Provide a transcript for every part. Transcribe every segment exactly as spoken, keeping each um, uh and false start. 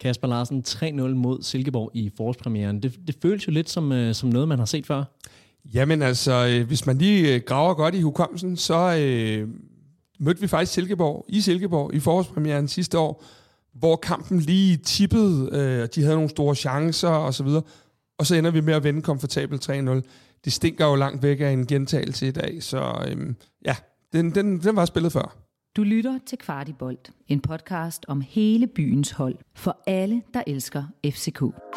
Kasper Larsen, tre nul mod Silkeborg i forårspremieren. Det, det føles jo lidt som, øh, som noget, man har set før. Jamen altså, øh, hvis man lige øh, graver godt i hukommelsen, så øh, mødte vi faktisk Silkeborg i Silkeborg i forårspremieren sidste år, hvor kampen lige tippede, øh, de havde nogle store chancer og så videre, og så ender vi med at vinde komfortabelt tre nul. Det stinker jo langt væk af en gentagelse i dag, så øh, ja, den, den, den var spillet før. Du lytter til Kvartibolt, en podcast om hele byens hold, for alle, der elsker F C K.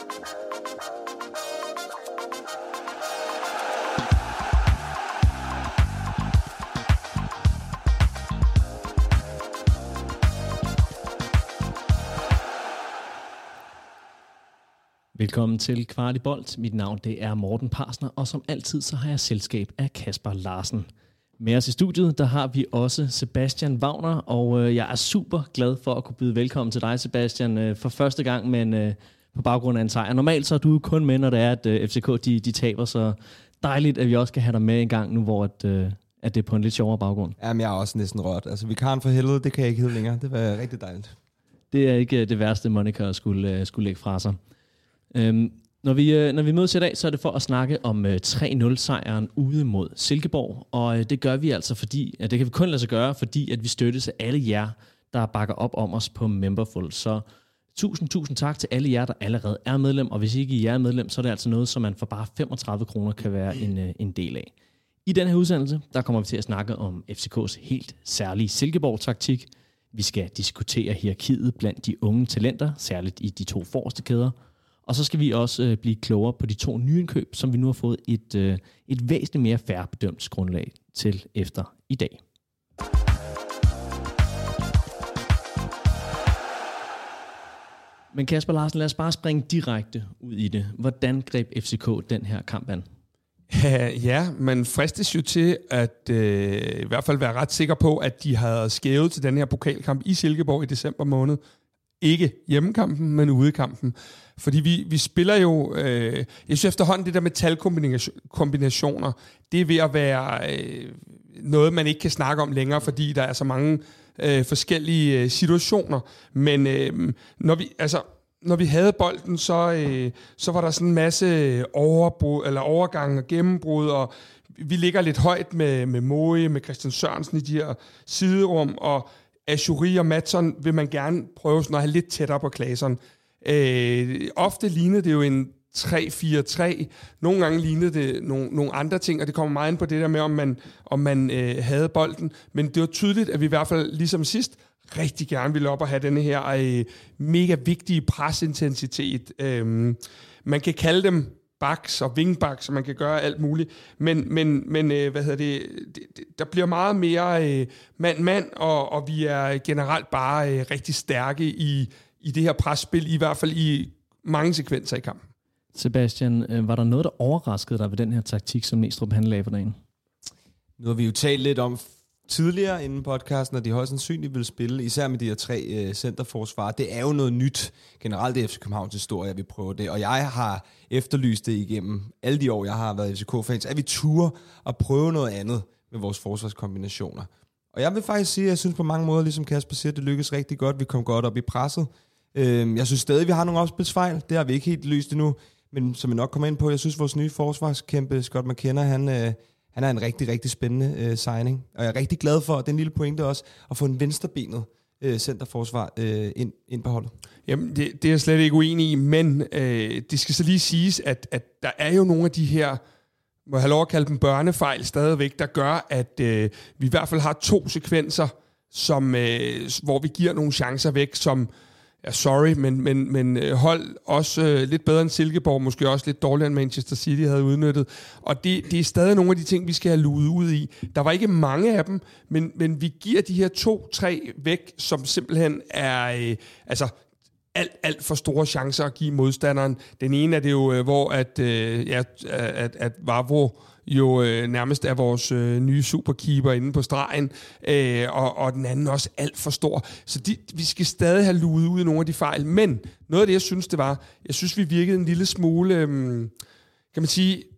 Velkommen til Kvartibolt. Mit navn det er Morten Parsner, og som altid så har jeg selskab af Kasper Larsen. Med os i studiet, der har vi også Sebastian Wagner, og øh, jeg er super glad for at kunne byde velkommen til dig, Sebastian, øh, for første gang, men øh, på baggrund af en sejr. Normalt så er du kun med, når det er, at øh, F C K de, de taber, så dejligt, at vi også kan have dig med en gang nu, hvor at, øh, at det er på en lidt sjovere baggrund. Jamen, jeg er også næsten rørt. Altså, vikaren for helvede, det kan jeg ikke hedde længere. Det var rigtig dejligt. Det er ikke det værste, Monica skulle, skulle lægge fra sig. Øhm, Når vi, når vi mødes i dag, så er det for at snakke om uh, tre nul-sejren ude mod Silkeborg. Og uh, det gør vi altså, fordi uh, det kan vi kun lade sig gøre, fordi at vi støttes af alle jer, der bakker op om os på Memberful. Så tusind, tusind tak til alle jer, der allerede er medlem. Og hvis ikke I er medlem, så er det altså noget, som man for bare femogtredive kroner kan være en, uh, en del af. I denne her udsendelse, der kommer vi til at snakke om F C K's helt særlige Silkeborg-taktik. Vi skal diskutere hierarkiet blandt de unge talenter, særligt i de to forreste kæder. Og så skal vi også øh, blive klogere på de to nye indkøb, som vi nu har fået et, øh, et væsentligt mere fair bedømmelsesgrundlag til efter i dag. Men Kasper Larsen, lad os bare springe direkte ud i det. Hvordan greb F C K den her kamp an? Ja, man fristes jo til at øh, i hvert fald være ret sikker på, at de havde skævet til den her pokalkamp i Silkeborg i december måned. Ikke hjemmekampen, men udekampen. Fordi vi, vi spiller jo, øh, jeg synes efterhånden, det der med talkombinationer, det er ved at være øh, noget, man ikke kan snakke om længere, fordi der er så mange øh, forskellige øh, situationer. Men øh, når vi, altså, når vi havde bolden, så, øh, så var der sådan en masse overbrud, eller overgang og gennembrud, og vi ligger lidt højt med, med Moe, med Christian Sørensen i de her siderum, og Ashuri og Madsen vil man gerne prøve sådan at have lidt tættere på Claesson. Øh, ofte lignede det jo en tre fire tre. Nogle gange lignede det nogle, nogle andre ting, og det kommer meget ind på det der med, om man, om man øh, havde bolden. Men det var tydeligt, at vi i hvert fald ligesom sidst rigtig gerne ville op og have denne her øh, mega vigtige presintensitet. Øh, man kan kalde dem backs og wingbacks, så man kan gøre alt muligt. Men, men, men øh, hvad hedder det, det, det, der bliver meget mere øh, mand-mand, og, og vi er generelt bare øh, rigtig stærke i, i det her presspil, i hvert fald i mange sekvenser i kampen. Sebastian, øh, var der noget, der overraskede dig ved den her taktik, som Næstrup han lagde for dagen? Nu har vi jo talt lidt om tidligere inden podcasten, at de højst sandsynligt vil spille, især med de her tre øh, centerforsvar. Det er jo noget nyt generelt i F C Københavns historie, at vi prøver det. Og jeg har efterlyst det igennem alle de år, jeg har været F C K-fans, at vi turer at prøve noget andet med vores forsvarskombinationer. Og jeg vil faktisk sige, at jeg synes på mange måder, ligesom Kasper siger, det lykkedes rigtig godt. Vi kom godt op i presset. Øh, jeg synes stadig, at vi har nogle opspilsfejl. Det har vi ikke helt løst endnu. Men som vi nok kommer ind på, jeg synes, vores nye forsvarskæmpe, Scott McKenna, han... Øh, Han er en rigtig, rigtig spændende øh, signing, og jeg er rigtig glad for, den lille pointe også, at få en venstrebenet øh, centerforsvar øh, ind, ind på holdet. Jamen, det, det er jeg slet ikke uenig i, men øh, det skal så lige siges, at, at der er jo nogle af de her, må jeg have lov at kalde dem børnefejl stadigvæk, der gør, at øh, vi i hvert fald har to sekvenser, som, øh, hvor vi giver nogle chancer væk, som ja, sorry, men, men, men hold også øh, lidt bedre end Silkeborg, måske også lidt dårligere end Manchester City havde udnyttet. Og det, det er stadig nogle af de ting, vi skal have luet ud i. Der var ikke mange af dem, men, men vi giver de her to-tre væk, som simpelthen er øh, altså alt, alt for store chancer at give modstanderen. Den ene er det jo, øh, hvor at, øh, ja, at, at Vavro jo øh, nærmest er vores øh, nye superkeeper inde på stregen, øh, og, og den anden også alt for stor. Så de, vi skal stadig have luet ud i nogle af de fejl, men noget af det, jeg synes, det var, jeg synes, vi virkede en lille smule, øh, kan man sige,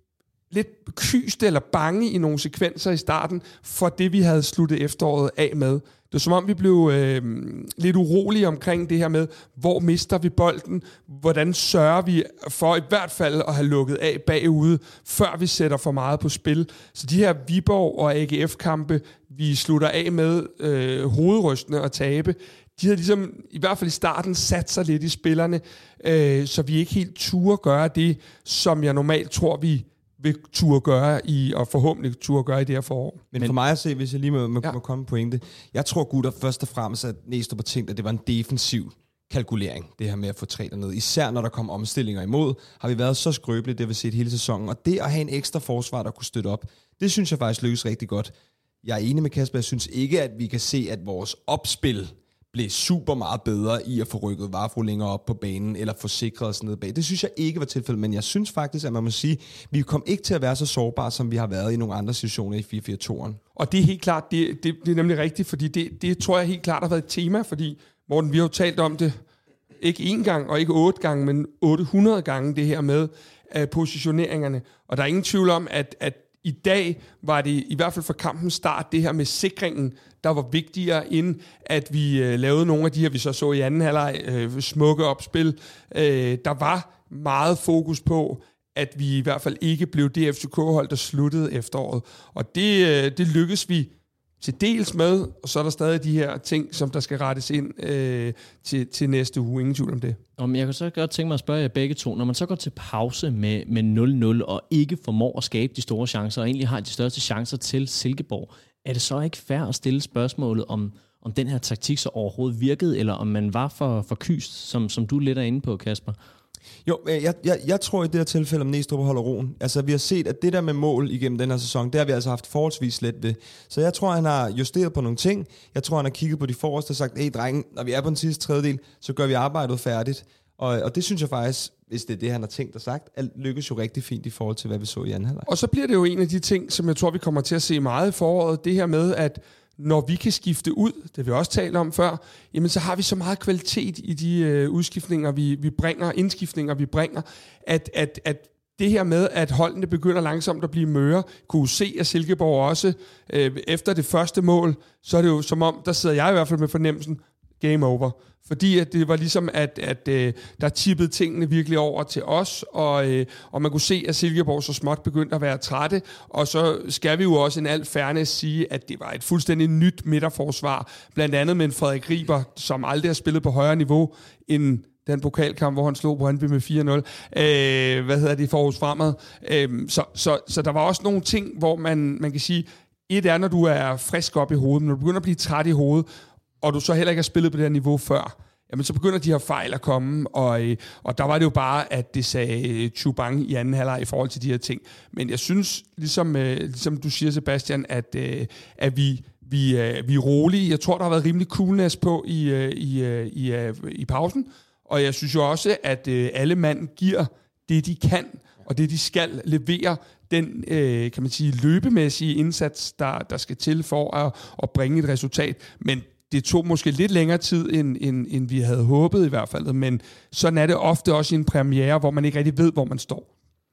lidt kyst eller bange i nogle sekvenser i starten for det, vi havde sluttet efteråret af med. Det var som om, vi blev øh, lidt urolige omkring det her med, hvor mister vi bolden, hvordan sørger vi for i hvert fald at have lukket af bagude, før vi sætter for meget på spil. Så de her Viborg og A G F-kampe, vi slutter af med øh, hovedrystende og tabe, de havde ligesom, i hvert fald i starten, sat sig lidt i spillerne, øh, så vi ikke helt turde gøre det, som jeg normalt tror, vi vil turde gøre i, og forhåbentlig turde gøre i det her forår. Men for mig at se, hvis jeg lige må, må, ja. må komme på pointe, jeg tror gutter først og fremmest, at Næstrup har tænkt, at det var en defensiv kalkulering, det her med at få tre dernede. Især når der kom omstillinger imod, har vi været så skrøbelige, det har vi set hele sæsonen. Og det at have en ekstra forsvar, der kunne støtte op, det synes jeg faktisk lykkes rigtig godt. Jeg er enig med Kasper, jeg synes ikke, at vi kan se, at vores opspil blev super meget bedre i at få rykket Vafro længere op på banen, eller få sikret os ned bag. Det synes jeg ikke var tilfældet, men jeg synes faktisk, at man må sige, at vi kom ikke til at være så sårbare, som vi har været i nogle andre situationer i fire fire to'eren. Og det er helt klart, det, det, det er nemlig rigtigt, fordi det, det tror jeg helt klart har været et tema, fordi, Morten, vi har jo talt om det, ikke én gang og ikke otte gange, men otte hundrede gange det her med uh, positioneringerne. Og der er ingen tvivl om, at, at i dag var det i hvert fald for kampens start det her med sikringen, der var vigtigere end at vi øh, lavede nogle af de her, vi så så i anden halvleg, øh, smukke opspil. Øh, der var meget fokus på, at vi i hvert fald ikke blev det F C K-hold, der sluttede efteråret. Og det, øh, det lykkedes vi til dels med, og så er der stadig de her ting, som der skal rettes ind øh, til, til næste uge. Ingen tvivl om det. Om jeg kan så godt tænke mig at spørge jer begge to, når man så går til pause med, med nul nul og ikke formår at skabe de store chancer, og egentlig har de største chancer til Silkeborg, er det så ikke fair at stille spørgsmålet om, om den her taktik så overhovedet virkede, eller om man var for, for kyst, som, som du lidt er inde på, Kasper? Jo, jeg, jeg, jeg tror i det her tilfælde, om Næstrup holder roen. Altså, vi har set, at det der med mål igennem den her sæson, det har vi altså haft forholdsvis let ved. Så jeg tror, han har justeret på nogle ting. Jeg tror, han har kigget på de forreste og sagt, hey drenge, når vi er på den sidste tredjedel, så gør vi arbejdet færdigt. Og, og det synes jeg faktisk, hvis det er det, han har tænkt og sagt, alt lykkes jo rigtig fint i forhold til, hvad vi så i anden halvleg. Og så bliver det jo en af de ting, som jeg tror, vi kommer til at se meget i foråret, det her med, at når vi kan skifte ud, det vi også talt om før, jamen så har vi så meget kvalitet i de øh, udskiftninger, vi, vi bringer, indskiftninger, vi bringer, at, at, at det her med, at holdene begynder langsomt at blive møre, kunne se, at Silkeborg også, øh, efter det første mål, så er det jo som om, der sidder jeg i hvert fald med fornemmelsen, game over. Fordi at det var ligesom, at, at øh, der tippede tingene virkelig over til os, og, øh, og man kunne se, at Silkeborg så småt begyndte at være trætte, og så skal vi jo også en al fairness sige, at det var et fuldstændig nyt midterforsvar, blandt andet med en Frederik Riber, som aldrig har spillet på højere niveau end den pokalkamp, hvor han slog Brøndby med fire nul. Øh, hvad hedder det, for Aarhus Fremad. Øh, så, så, så der var også nogle ting, hvor man, man kan sige, et er, når du er frisk op i hovedet, men når du begynder at blive træt i hovedet, og du så heller ikke har spillet på det her niveau før, jamen så begynder de her fejl at komme, og, og der var det jo bare, at det sagde Chubang i anden halvleg i forhold til de her ting. Men jeg synes, ligesom, ligesom du siger, Sebastian, at, at vi, vi, vi er rolige. Jeg tror, der har været rimelig coolness på i, i, i, i pausen, og jeg synes jo også, at alle mand giver det, de kan, og det, de skal levere, den, øh, kan man sige, løbemæssige indsats, der, der skal til for at, at bringe et resultat. Men det tog måske lidt længere tid, end, end, end vi havde håbet i hvert fald. Men sådan er det ofte også i en premiere, hvor man ikke rigtig ved, hvor man står.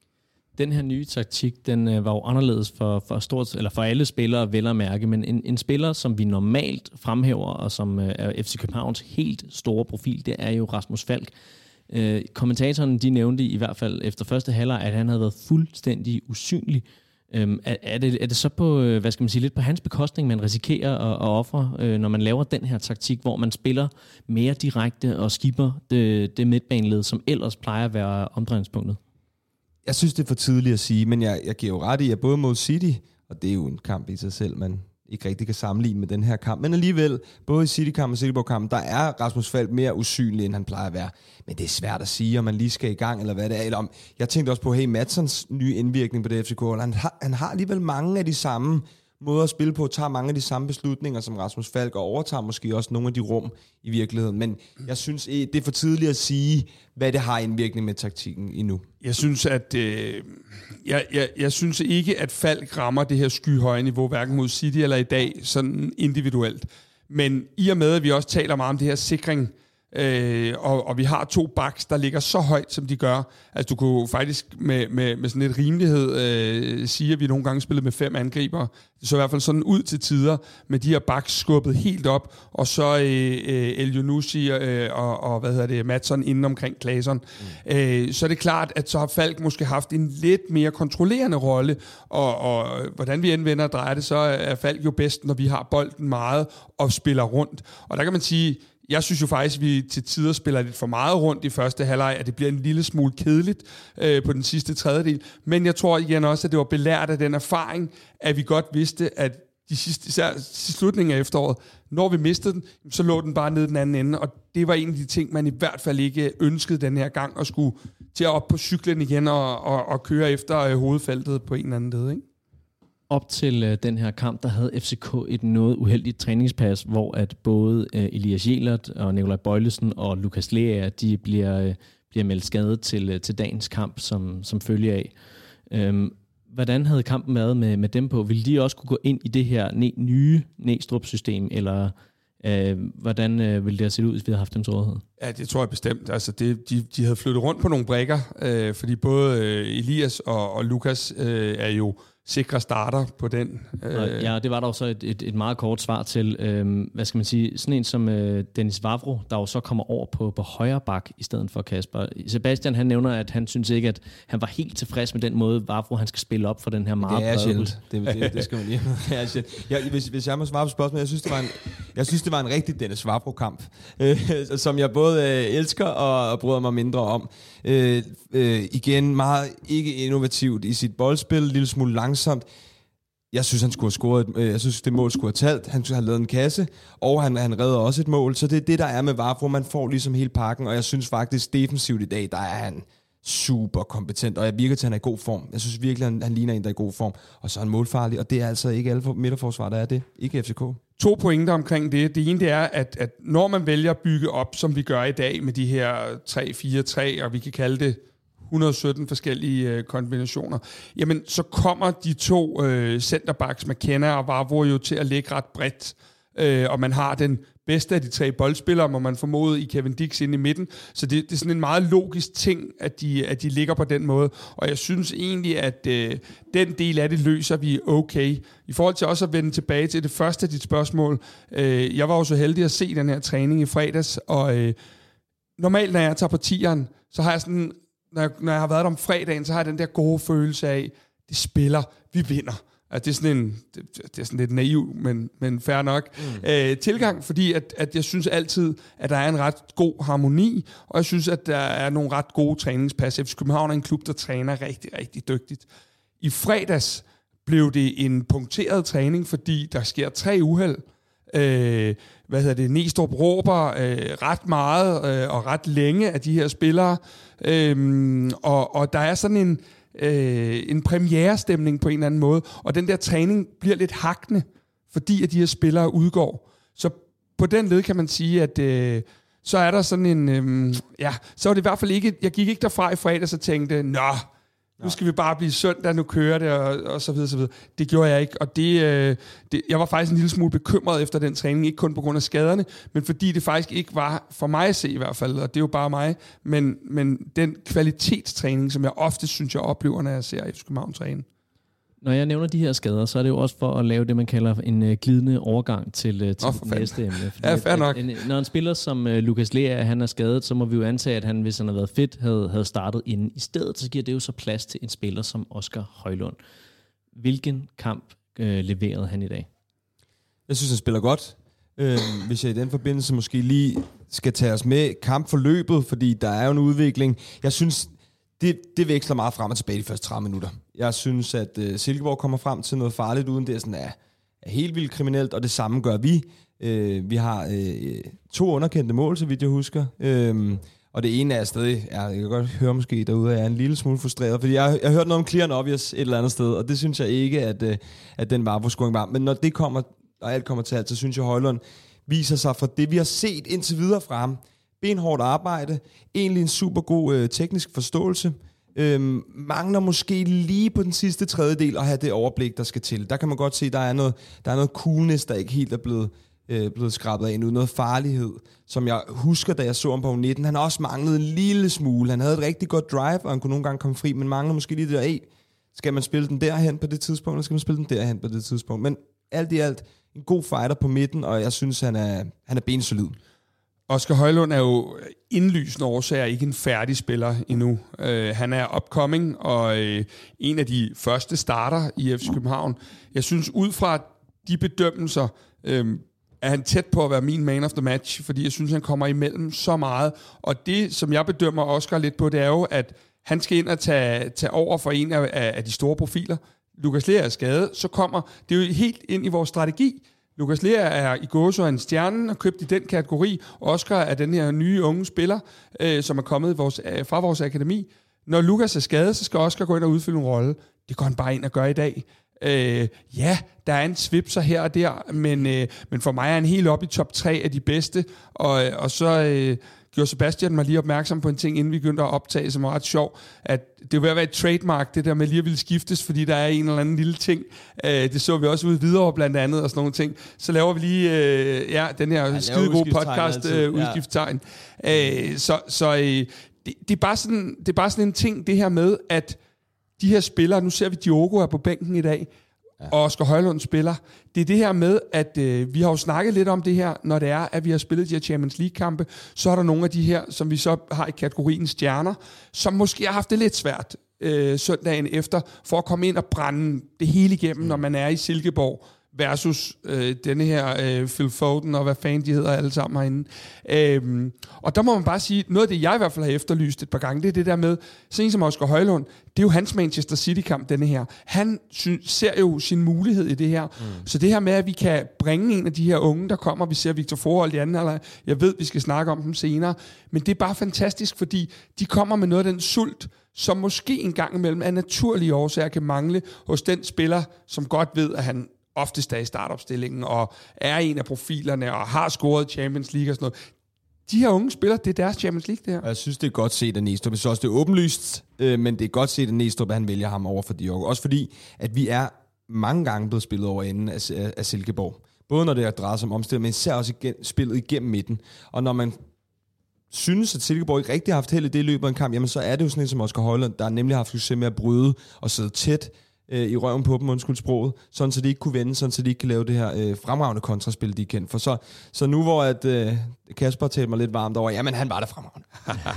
Den her nye taktik, den øh, var jo anderledes for, for, stort, eller for alle spillere, vel at mærke, men en, en spiller, som vi normalt fremhæver, og som øh, er F C Københavns helt store profil, det er jo Rasmus Falk. Øh, kommentatoren, de nævnte i hvert fald efter første halvleg, at han havde været fuldstændig usynlig. Øhm, er, er, det, er det så på, hvad skal man sige, lidt på hans bekostning, man risikerer at, at ofre, øh, når man laver den her taktik, hvor man spiller mere direkte og skipper det, det midtbaneled, som ellers plejer at være omdrejningspunktet? Jeg synes, det er for tidligt at sige, men jeg, jeg giver jo ret i, at både mod City, og det er jo en kamp i sig selv, man ikke rigtig kan sammenligne med den her kamp, men alligevel, både i City-kampen og Silkeborg-kampen, der er Rasmus Falk mere usynlig, end han plejer at være. Men det er svært at sige, om man lige skal i gang, eller hvad det er. Eller om, jeg tænkte også på, hey, Madssons nye indvirkning på det F C K, han har, han har alligevel mange af de samme måder at spille på, tager mange af de samme beslutninger som Rasmus Falk, og overtager måske også nogle af de rum i virkeligheden. Men jeg synes, det er for tidligt at sige, hvad det har indvirkning med taktikken endnu. Jeg synes, at øh, jeg, jeg, jeg synes ikke, at Falk rammer det her skyhøje niveau, hverken mod City eller i dag, sådan individuelt. Men i og med, at vi også taler meget om det her sikring, Øh, og, og vi har to backs, der ligger så højt, som de gør. Altså, du kunne faktisk med, med, med sådan lidt rimelighed øh, sige, at vi nogle gange spillede med fem angriber. Det så i hvert fald sådan ud til tider, med de her backs skubbet helt op, og så øh, øh, El Yunusi øh, og, og hvad hedder det, Madsson inden omkring Claesson. Mm. Øh, så er det klart, at så har Falk måske haft en lidt mere kontrollerende rolle, og, og hvordan vi end vender og drejer det, så er Falk jo bedst, når vi har bolden meget og spiller rundt. Og der kan man sige, jeg synes jo faktisk, at vi til tider spiller lidt for meget rundt i første halvleg, at det bliver en lille smule kedeligt øh, på den sidste tredjedel. Men jeg tror igen også, at det var belært af den erfaring, at vi godt vidste, at de sidste, især slutningen af efteråret, når vi mistede den, så lå den bare ned den anden ende. Og det var en af de ting, man i hvert fald ikke ønskede den her gang, at skulle til at op på cyklen igen og, og, og køre efter øh, hovedfeltet på en eller anden led, ikke? Op til øh, den her kamp, der havde F C K et noget uheldigt træningspas, hvor at både øh, Elias Jelert og Nikolaj Bøjlesen og Lukas Lea, de bliver, øh, bliver meldt skadet til, øh, til dagens kamp, som, som følge af. Øhm, hvordan havde kampen været med, med dem på? Ville de også kunne gå ind i det her ne- nye Næstrup-system, eller øh, hvordan øh, ville det have set ud, hvis vi havde haft dem til rådighed? Ja, det tror jeg bestemt. Altså, det, de, de havde flyttet rundt på nogle brikker, øh, fordi både øh, Elias og, og Lukas øh, er jo sikre starter på den. Øh. Ja, det var der jo så et, et, et meget kort svar til. Øhm, hvad skal man sige? Sådan en som øh, Dennis Vavro, der jo så kommer over på, på højre bak i stedet for Kasper. Sebastian, han nævner, at han synes ikke, at han var helt tilfreds med den måde, Vavro han skal spille op for den her meget brede. Det er sjældent. Det, det, det skal man lige. jeg, hvis, hvis jeg må svare på spørgsmålet, jeg synes, det var en, jeg synes, det var en rigtig Dennis Vavro-kamp, øh, som jeg både øh, elsker og, og bryder mig mindre om. Øh, øh, igen, meget ikke innovativt i sit boldspil, en lille smule langsomt. Jeg synes, han skulle have scoret, øh, jeg synes, det mål skulle have talt. Han skulle have lavet en kasse, og han, han redder også et mål. Så det er det, der er med Vavro. Man får ligesom hele pakken, og jeg synes faktisk, defensivt i dag, der er han super kompetent, og jeg virker til, at han er i god form. Jeg synes virkelig, han, han ligner en, der er i god form. Og så er han målfarlig, og det er altså ikke alle midterforsvar, der er det. Ikke F C K. To pointer omkring det. Det ene det er, at, at når man vælger at bygge op, som vi gør i dag med de her tre fire tre, og vi kan kalde det et hundrede og sytten forskellige øh, kombinationer, jamen så kommer de to øh, centerbacks, McKenna og Vavro, jo til at ligge ret bredt, øh, og man har den bedste af de tre boldspillere, må man formode, i Kevin Dix inde i midten. Så det, det er sådan en meget logisk ting, at de, at de ligger på den måde. Og jeg synes egentlig, at øh, den del af det løser vi okay. I forhold til også at vende tilbage til det første af dit spørgsmål. Øh, jeg var jo så heldig at se den her træning i fredags, og øh, normalt, når jeg tager på tieren, så har jeg sådan, når jeg, når jeg har været der om fredagen, så har jeg den der gode følelse af, det spiller, vi vinder. Altså, det er sådan en, det, det er sådan lidt naiv, men, men fair nok mm. øh, tilgang, fordi at, at jeg synes altid, at der er en ret god harmoni, og jeg synes, at der er nogle ret gode træningspas. F C København er en klub, der træner rigtig, rigtig dygtigt. I fredags blev det en punkteret træning, fordi der sker tre uheld. Øh, hvad hedder det? Næstrup råber øh, ret meget øh, og ret længe af de her spillere, øh, og, og der er sådan en Øh, en premierestemning på en eller anden måde, og den der træning bliver lidt hakkende, fordi at de her spillere udgår. Så på den led kan man sige, at øh, så er der sådan en, øh, ja, så var det i hvert fald ikke, jeg gik ikke derfra i fredags og tænkte, nå, nu skal vi bare blive søndag, nu kører det, og, og så videre, så videre. Det gjorde jeg ikke, og det, øh, det, jeg var faktisk en lille smule bekymret efter den træning, ikke kun på grund af skaderne, men fordi det faktisk ikke var, for mig at se i hvert fald, og det er jo bare mig, men, men den kvalitetstræning, som jeg ofte synes, jeg oplever, når jeg ser F C København træne. Når jeg nævner de her skader, så er det jo også for at lave det, man kalder en uh, glidende overgang til, uh, til oh, næste emne. Ja, fair nok. At, at, når en spiller som uh, Lukas Lea, han er skadet, så må vi jo antage, at han, hvis han havde været fedt, havde, havde startet inden. I stedet så giver det jo så plads til en spiller som Oscar Højlund. Hvilken kamp uh, leverede han i dag? Jeg synes, han spiller godt. Øh, hvis jeg i den forbindelse måske lige skal tage os med kampforløbet, fordi der er jo en udvikling. Jeg synes, det, det veksler meget frem og tilbage de første tredive minutter. Jeg synes, at uh, Silkeborg kommer frem til noget farligt, uden det er, sådan, er, er helt vildt kriminelt, og det samme gør vi. Uh, vi har uh, to underkendte mål, så vidt jeg husker. Uh, og det ene er stadig, ja, jeg kan godt høre måske derude, at jeg er en lille smule frustreret, fordi jeg, jeg har hørt noget om clear and obvious et eller andet sted, og det synes jeg ikke, at, uh, at den var på scoring var. Men når det kommer, og alt kommer til alt, så synes jeg, Højlund viser sig fra det, vi har set indtil videre fra ham. Benhårdt arbejde, egentlig en super god øh, teknisk forståelse. Øhm, mangler måske lige på den sidste tredjedel at have det overblik, der skal til. Der kan man godt se, der er noget, der er noget coolness, der ikke helt er blevet øh, blevet skrabet af nu. Noget farlighed, som jeg husker, da jeg så ham på nitten. Han har også manglet en lille smule. Han havde et rigtig godt drive, og han kunne nogle gange komme fri, men manglede måske lige det der, hey, skal man spille den derhen på det tidspunkt, eller skal man spille den derhen på det tidspunkt? Men alt i alt, en god fighter på midten, og jeg synes, han er, han er bensolid. Oscar Højlund er jo indlysende årsager ikke en færdig spiller endnu. Uh, han er upcoming, og uh, en af de første starter i F C København. Jeg synes, ud fra de bedømmelser, uh, er han tæt på at være min man of the match, fordi jeg synes, han kommer imellem så meget. Og det, som jeg bedømmer Oscar lidt på, det er jo, at han skal ind og tage, tage over for en af, af de store profiler. Lukas Lea er skadet, så kommer det er jo helt ind i vores strategi. Lukas Lea er i gåsøjne en stjerne og købt i den kategori. Oscar er den her nye unge spiller, øh, som er kommet vores, øh, fra vores akademi. Når Lukas er skadet, så skal Oscar gå ind og udfylde en rolle. Det går han bare ind og gøre i dag. Øh, ja, der er en svipser her og der, men, øh, men for mig er han helt oppe i top tre af de bedste. Og, og så øh, gjorde Sebastian mig lige opmærksom på en ting, inden vi begyndte at optage, som var ret sjov, at det var at være et trademark, det der med lige at ville skiftes, fordi der er en eller anden lille ting. Øh, det så vi også ude videre blandt andet, og sådan nogle ting. Så laver vi lige øh, ja, den her ja, skide gode podcast, øh, udskiftstegn. Ja. Øh, så så øh, det, det, er bare sådan, det er bare sådan en ting, det her med, at de her spillere, nu ser vi Diogo er på bænken i dag, ja. Og Oscar Højlund spiller. Det er det her med, at øh, vi har jo snakket lidt om det her, når det er, at vi har spillet de her Champions League-kampe, så er der nogle af de her, som vi så har i kategorien stjerner, som måske har haft det lidt svært øh, søndagen efter, for at komme ind og brænde det hele igennem, mm. når man er i Silkeborg, versus øh, denne her øh, Phil Foden, og hvad fanden de hedder alle sammen herinde. Øhm, og der må man bare sige, noget af det, jeg i hvert fald har efterlyst et par gange, det er det der med, sådan som Oscar Højlund, det er jo hans Manchester City-kamp, denne her. Han sy- ser jo sin mulighed i det her. Mm. Så det her med, at vi kan bringe en af de her unge, der kommer, vi ser Victor Forhold i anden halvleg, jeg ved, vi skal snakke om dem senere, men det er bare fantastisk, fordi de kommer med noget af den sult, som måske en gang imellem af naturlige årsager kan mangle hos den spiller, som godt ved, at han oftest er i startopstillingen, og er en af profilerne, og har scoret Champions League og sådan noget. De her unge spillere, det er deres Champions League, det her. Jeg synes, det er godt set af Næstrup. Jeg synes også, det er åbenlyst, øh, men det er godt set af Næstrup, at han vælger ham over for Diogo. Også fordi, at vi er mange gange blevet spillet over enden af, af, af Silkeborg. Både når det er drejet som omstilling, men især også igen, spillet igennem midten. Og når man synes, at Silkeborg ikke rigtig har haft held i det i løbet af en kamp, jamen så er det jo sådan en som Oscar Højlund, der nemlig har haft succes med at bryde og sidde tæt i røven på dem, undskyld sproget, sådan så de ikke kunne vende, sådan så de ikke kan lave det her øh, fremragende kontraspil, de er kendt for. Så, så nu hvor at, øh, Kasper talte mig lidt varmt over, jamen han var der fremragende.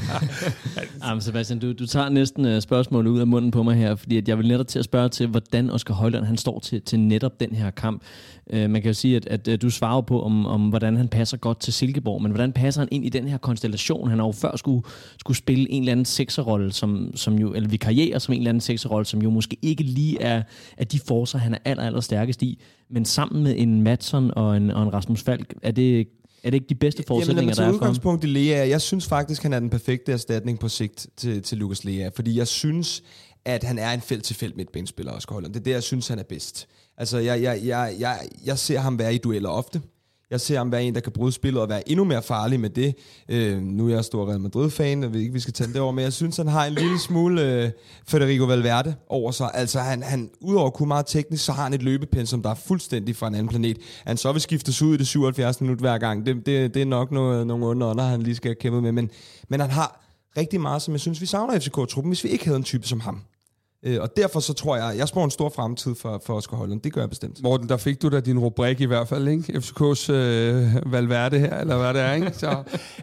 Jamen Sebastian, du, du tager næsten uh, spørgsmålet ud af munden på mig her, fordi at jeg vil netop til at spørge til, hvordan Oscar Højlund han står til, til netop den her kamp. Uh, man kan jo sige, at, at uh, du svarer på, om, om hvordan han passer godt til Silkeborg, men hvordan passer han ind i den her konstellation? Han har jo før skulle, skulle spille en eller anden sekserrolle, som, som jo, eller vikariere som en eller anden sekserrolle, som jo måske ikke lige er, er de forser, han er aller, aller stærkest i, men sammen med en Madsson og en, og en Rasmus Falk, er det, er det ikke de bedste forudsætninger, der er for ham? Udgangspunkt i Lea, jeg synes faktisk, han er den perfekte erstatning på sigt til, til Lukas Lea, fordi jeg synes, at han er en felt-til-felt midtbanespiller, Oscar Højlund. Det er det, jeg synes, han er bedst. Altså, jeg, jeg, jeg, jeg, jeg ser ham være i dueller ofte. Jeg ser ham være en, der kan bryde spillet og være endnu mere farlig med det. Øh, nu er jeg stor Real Madrid-fan, og ved ikke, vi skal tage det over, men jeg synes, han har en lille smule øh, Federico Valverde over sig. Altså, han, han udover at kunne meget teknisk, så har han et løbepen, som der er fuldstændig fra en anden planet. Han så vil skiftes ud i det syvoghalvfjerds minut hver gang. Det, det, det er nok noget, nogle under, han lige skal kæmpe med. Men, men han har rigtig meget, som jeg synes, vi savner F C K-truppen, hvis vi ikke havde en type som ham. Øh, og derfor så tror jeg, jeg spår en stor fremtid for, for Oscar Højlund. Det gør jeg bestemt. Morten, der fik du da din rubrik i hvert fald, ikke? F C K's øh, Valverde her, eller hvad det er, ikke? Så,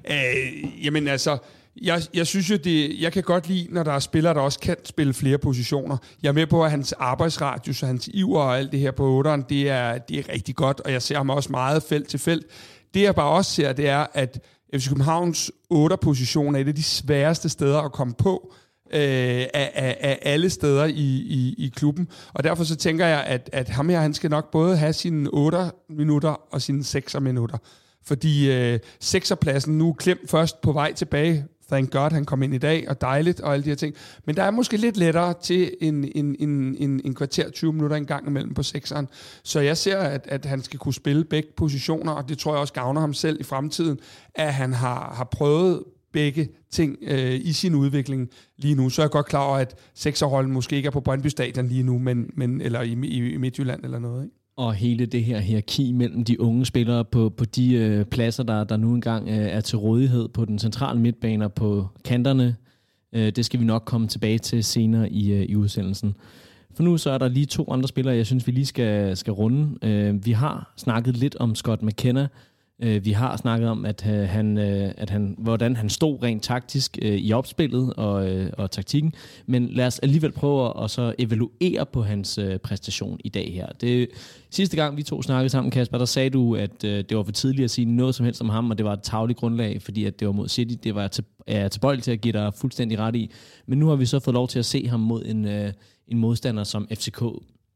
øh, jamen altså, jeg, jeg synes jo, det, jeg kan godt lide, når der er spillere, der også kan spille flere positioner. Jeg er med på, at hans arbejdsradius og hans iver og alt det her på otteren, det er, det er rigtig godt, og jeg ser ham også meget felt til felt. Det jeg bare også ser, det er, at F C Københavns otter-position er et af de sværeste steder at komme på, Øh, af, af, af alle steder i, i, i klubben. Og derfor så tænker jeg, at, at ham her, han skal nok både have sine otte minutter og sine seks minutter. Fordi øh, sekserpladsen nu klemt først på vej tilbage. Thank God, han kom ind i dag, og dejligt, og alle de her ting. Men der er måske lidt lettere til en, en, en, en, en kvarter tyve minutter en gang imellem på sekseren. Så jeg ser, at, at han skal kunne spille begge positioner, og det tror jeg også gavner ham selv i fremtiden, at han har, har prøvet begge ting øh, i sin udvikling lige nu. Så er jeg godt klar over, at sekserrollen måske ikke er på Brøndby Stadion lige nu, men, men, eller i, i, i Midtjylland eller noget, ikke? Og hele det her hierarki mellem de unge spillere på, på de øh, pladser, der, der nu engang øh, er til rådighed på den centrale midtbane og på kanterne, øh, det skal vi nok komme tilbage til senere i, øh, i udsendelsen. For nu så er der lige to andre spillere, jeg synes, vi lige skal, skal runde. Øh, vi har snakket lidt om Scott McKenna. Øh, vi har snakket om, at, øh, han, øh, at han, hvordan han stod rent taktisk øh, i opspillet og, øh, og taktikken. Men lad os alligevel prøve at, at så evaluere på hans øh, præstation i dag her. Det, sidste gang vi to snakkede sammen, Kasper, der sagde du, at øh, det var for tidligt at sige noget som helst om ham, og det var et tarveligt grundlag, fordi at det var mod City. Det var jeg til, er tilbøjelig til at give dig fuldstændig ret i. Men nu har vi så fået lov til at se ham mod en, øh, en modstander, som F C K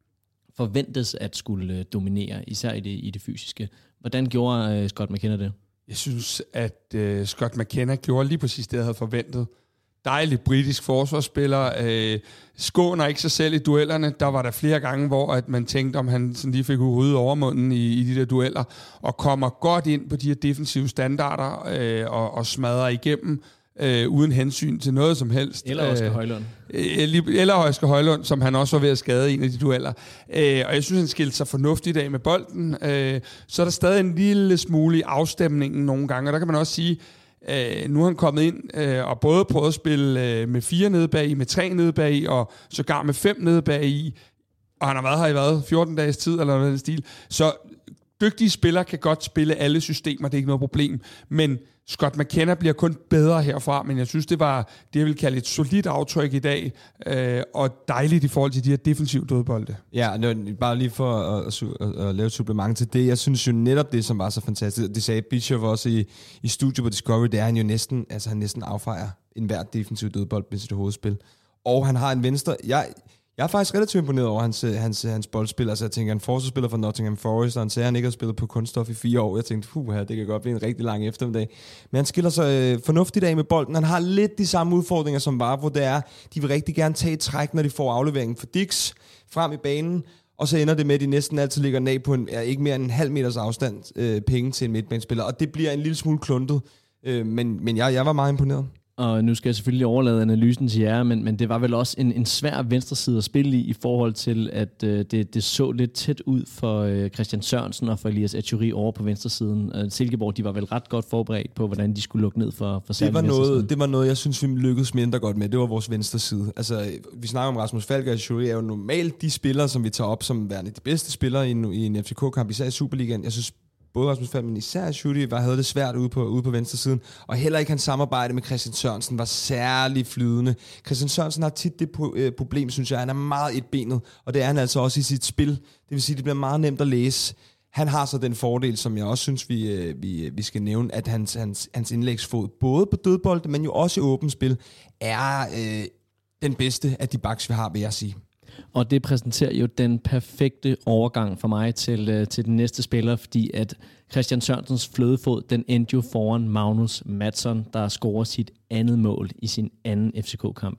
forventes at skulle øh, dominere, især i det, i det fysiske. Hvordan gjorde øh, Scott McKenna det? Jeg synes, at øh, Scott McKenna gjorde lige præcis det, jeg havde forventet. Dejlig britisk forsvarsspiller. Øh, skåner ikke sig selv i duellerne. Der var der flere gange, hvor at man tænkte, om han sådan lige fik hovedet over munden i, i de der dueller, og kommer godt ind på de her defensive standarder øh, og, og smadrer igennem, øh, uden hensyn til noget som helst. Eller Oscar Højlund. Øh, eller Oscar Højlund, som han også var ved at skade en af de dueller. Øh, og jeg synes, han skilte sig fornuftigt af med bolden. Øh, så er der stadig en lille smule i afstemningen nogle gange, og der kan man også sige, øh, nu er han kommet ind øh, og både prøvet at spille øh, med fire nede bag i, med tre nede bag i, og sågar med fem nede bag i, og han har været her i hvad, fjorten dages tid, eller noget af den stil. Så dygtige spillere kan godt spille alle systemer, det er ikke noget problem, men Scott McKenna bliver kun bedre herfra, men jeg synes, det var det, jeg vil kalde et solidt aftryk i dag, øh, og dejligt i forhold til de her defensive dødbolde. Ja, bare lige for at, at, at lave et supplement til det. Jeg synes jo netop det, som var så fantastisk, det sagde Bischoff også i, i studiet på Discovery, det er han jo næsten, altså han næsten affejer enhver defensiv dødbold med sit hovedspil. Og han har en venstre... Jeg, Jeg er faktisk relativt imponeret over hans, hans, hans boldspil. Altså, jeg tænker, han forsvarsspiller for Nottingham Forest, og han sagde, at han ikke har spillet på kunststof i fire år. Jeg tænkte, puh, det kan godt blive en rigtig lang eftermiddag. Men han skiller sig øh, fornuftigt af med bolden. Han har lidt de samme udfordringer som bare, hvor det er, de vil rigtig gerne tage et træk, når de får afleveringen for Dix frem i banen, og så ender det med, at de næsten altid ligger ned på en, ja, ikke mere end en halv meters afstand øh, penge til en midtbanespiller. Og det bliver en lille smule kluntet. Øh, men men jeg, jeg var meget imponeret. Og nu skal jeg selvfølgelig overlade analysen til jer, men, men det var vel også en, en svær venstre side at spille i, i forhold til, at øh, det, det så lidt tæt ud for øh, Christian Sørensen og for Elias Etcheverry over på venstresiden. Øh, Silkeborg, de var vel ret godt forberedt på, hvordan de skulle lukke ned for, for det var noget, det var noget, jeg synes, vi lykkedes mindre godt med. Det var vores venstre side. Altså, vi snakker om Rasmus Falk og Etcheverry er jo normalt de spillere, som vi tager op som værende de bedste spillere i en, i en F C K-kamp, især i Superligaen. Jeg synes, både Rasmus Falk, men især Schutte var havde det svært ude på, ude på venstre siden, og heller ikke hans samarbejde med Christian Sørensen var særlig flydende. Christian Sørensen har tit det pro- problem, synes jeg. Han er meget etbenet, og det er han altså også i sit spil. Det vil sige, det bliver meget nemt at læse. Han har så den fordel, som jeg også synes, vi, vi, vi skal nævne, at hans, hans, hans indlægsfod, både på dødbold, men jo også i åbent spil, er øh, den bedste af de backs, vi har, vil jeg sige. Og det præsenterer jo den perfekte overgang for mig til, til den næste spiller, fordi at Christian Sørensens flødefod, den endte jo foran Magnus Madsson, der scorer sit andet mål i sin anden F C K-kamp.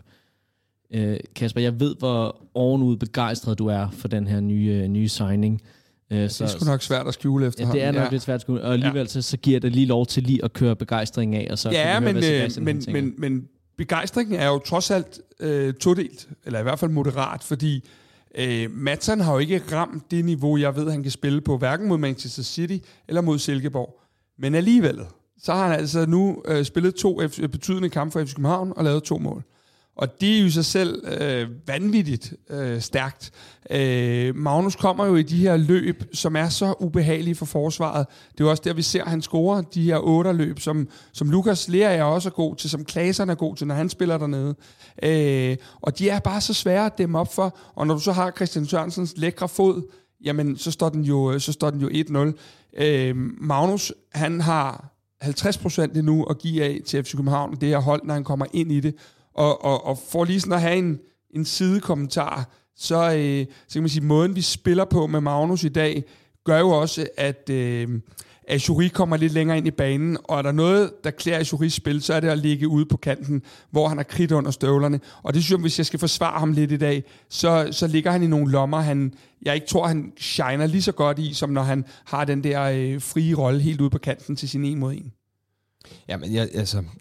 Øh, Kasper, jeg ved, hvor ovenud begejstret du er for den her nye, nye signing. Øh, så, det er sgu nok svært at skjule efterhånden. Ja, det er nok ja. lidt svært at skjule, og alligevel ja. så, så giver det lige lov til lige at køre begejstringen af, og så ja, kan men, høre, øh, men, men, men begejstringen er jo trods alt øh, todelt, eller i hvert fald moderat, fordi øh, Madsson har jo ikke ramt det niveau, jeg ved, han kan spille på, hverken mod Manchester City eller mod Silkeborg. Men alligevel, så har han altså nu øh, spillet to F- betydende kampe for F C København og lavet to mål. Og det er jo i sig selv øh, vanvittigt øh, stærkt. Øh, Magnus kommer jo i de her løb, som er så ubehagelige for forsvaret. Det er jo også der, vi ser, at han scorer de her otterløb, som, som Lukas Lea er også god til, som Klaseren er god til, når han spiller dernede. Øh, og de er bare så svære at dæmme op for. Og når du så har Christian Sørensens lækre fod, jamen så står den jo, så står den jo et nul. Øh, Magnus, han har halvtreds procent endnu at give af til F C København, det her hold, når han kommer ind i det. Og, og, og for lige sådan at have en, en sidekommentar, så, øh, så kan man sige, måden vi spiller på med Magnus i dag, gør jo også, at øh, Etcheverry kommer lidt længere ind i banen, og er der noget, der klæder Etcheverrys spil, så er det at ligge ude på kanten, hvor han har kridt under støvlerne. Og det synes jeg, hvis jeg skal forsvare ham lidt i dag, så, så ligger han i nogle lommer, han, jeg ikke tror, han shiner lige så godt i, som når han har den der øh, frie rolle helt ude på kanten til sin en mod en. Ja, men jeg, altså...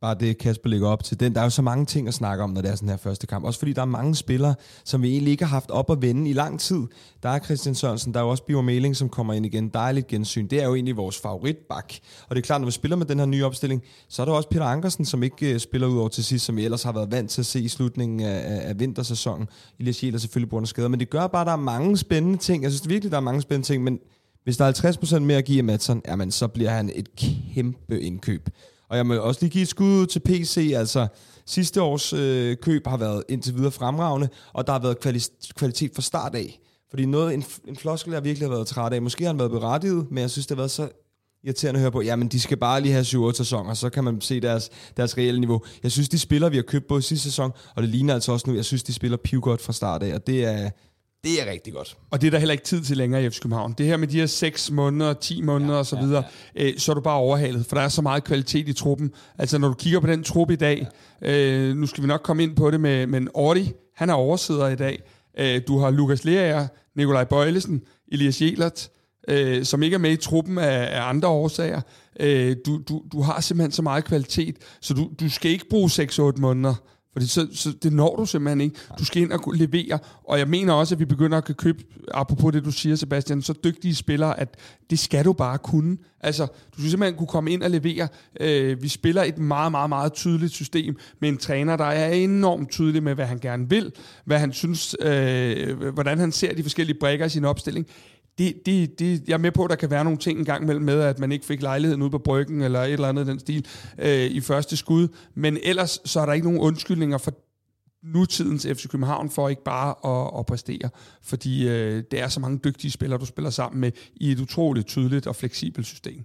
bare det Kasper lægger op til. Den, der er jo så mange ting at snakke om, når det er sådan her første kamp. Også fordi der er mange spillere, som vi egentlig ikke har haft op at vende i lang tid. Der er Christian Sørensen, der er jo også Birger Meling, som kommer ind igen. Dejligt gensyn. Det er jo egentlig vores favoritbak. Og det er klart, når vi spiller med den her nye opstilling, så er der også Peter Ankersen, som ikke uh, spiller ud over til sidst, som vi ellers har været vant til at se i slutningen af, af vintersæsonen. Elias Jæler selvfølgelig på grund af skader. Men det gør bare, at der er mange spændende ting. Jeg synes virkelig, der er mange spændende ting, men hvis der er halvtreds procent mere at give Madsen, jamen, så bliver han et kæmpe indkøb. Og jeg må også lige give et skud ud til P C. Altså, sidste års øh, køb har været indtil videre fremragende, og der har været kvali- kvalitet fra start af. Fordi noget, en, en floskel, jeg virkelig har været træt af. Måske har han været berettiget, men jeg synes, det har været så irriterende at høre på. Jamen, de skal bare lige have syv otte sæsoner, så kan man se deres, deres reelle niveau. Jeg synes, de spiller, vi har købt både sidste sæson, og det ligner altså også nu. Jeg synes, de spiller pivgodt fra start af, og det er... Det er rigtig godt. Og det er der heller ikke tid til længere i F C København. Det her med de her seks måneder, ti måneder ja, og så videre, ja, ja. Øh, så er du bare overhalet, for der er så meget kvalitet i truppen. Altså når du kigger på den trup i dag, øh, nu skal vi nok komme ind på det med, med Ordi, han er oversidder i dag. Øh, du har Lukas Lerager, Nikolaj Bøjlesen, Elias Jælert, øh, som ikke er med i truppen af, af andre årsager. Øh, du, du, du har simpelthen så meget kvalitet, så du, du skal ikke bruge seks otte måneder. Fordi så, så det når du simpelthen ikke. Du skal ind og levere, og jeg mener også, at vi begynder at kunne købe, apropos det du siger, Sebastian, så dygtige spillere, at det skal du bare kunne. Altså, du skal simpelthen kunne komme ind og levere. Øh, vi spiller et meget, meget, meget tydeligt system med en træner, der er enormt tydelig med, hvad han gerne vil, hvad han synes, øh, hvordan han ser de forskellige brikker i sin opstilling. Det, det, det, jeg er med på, at der kan være nogle ting en gang imellem med, at man ikke fik lejligheden ude på bryggen, eller et eller andet i den stil, øh, i første skud. Men ellers så er der ikke nogen undskyldninger for nutidens F C København for ikke bare at, at præstere. Fordi øh, det er så mange dygtige spillere, du spiller sammen med, i et utroligt tydeligt og fleksibelt system.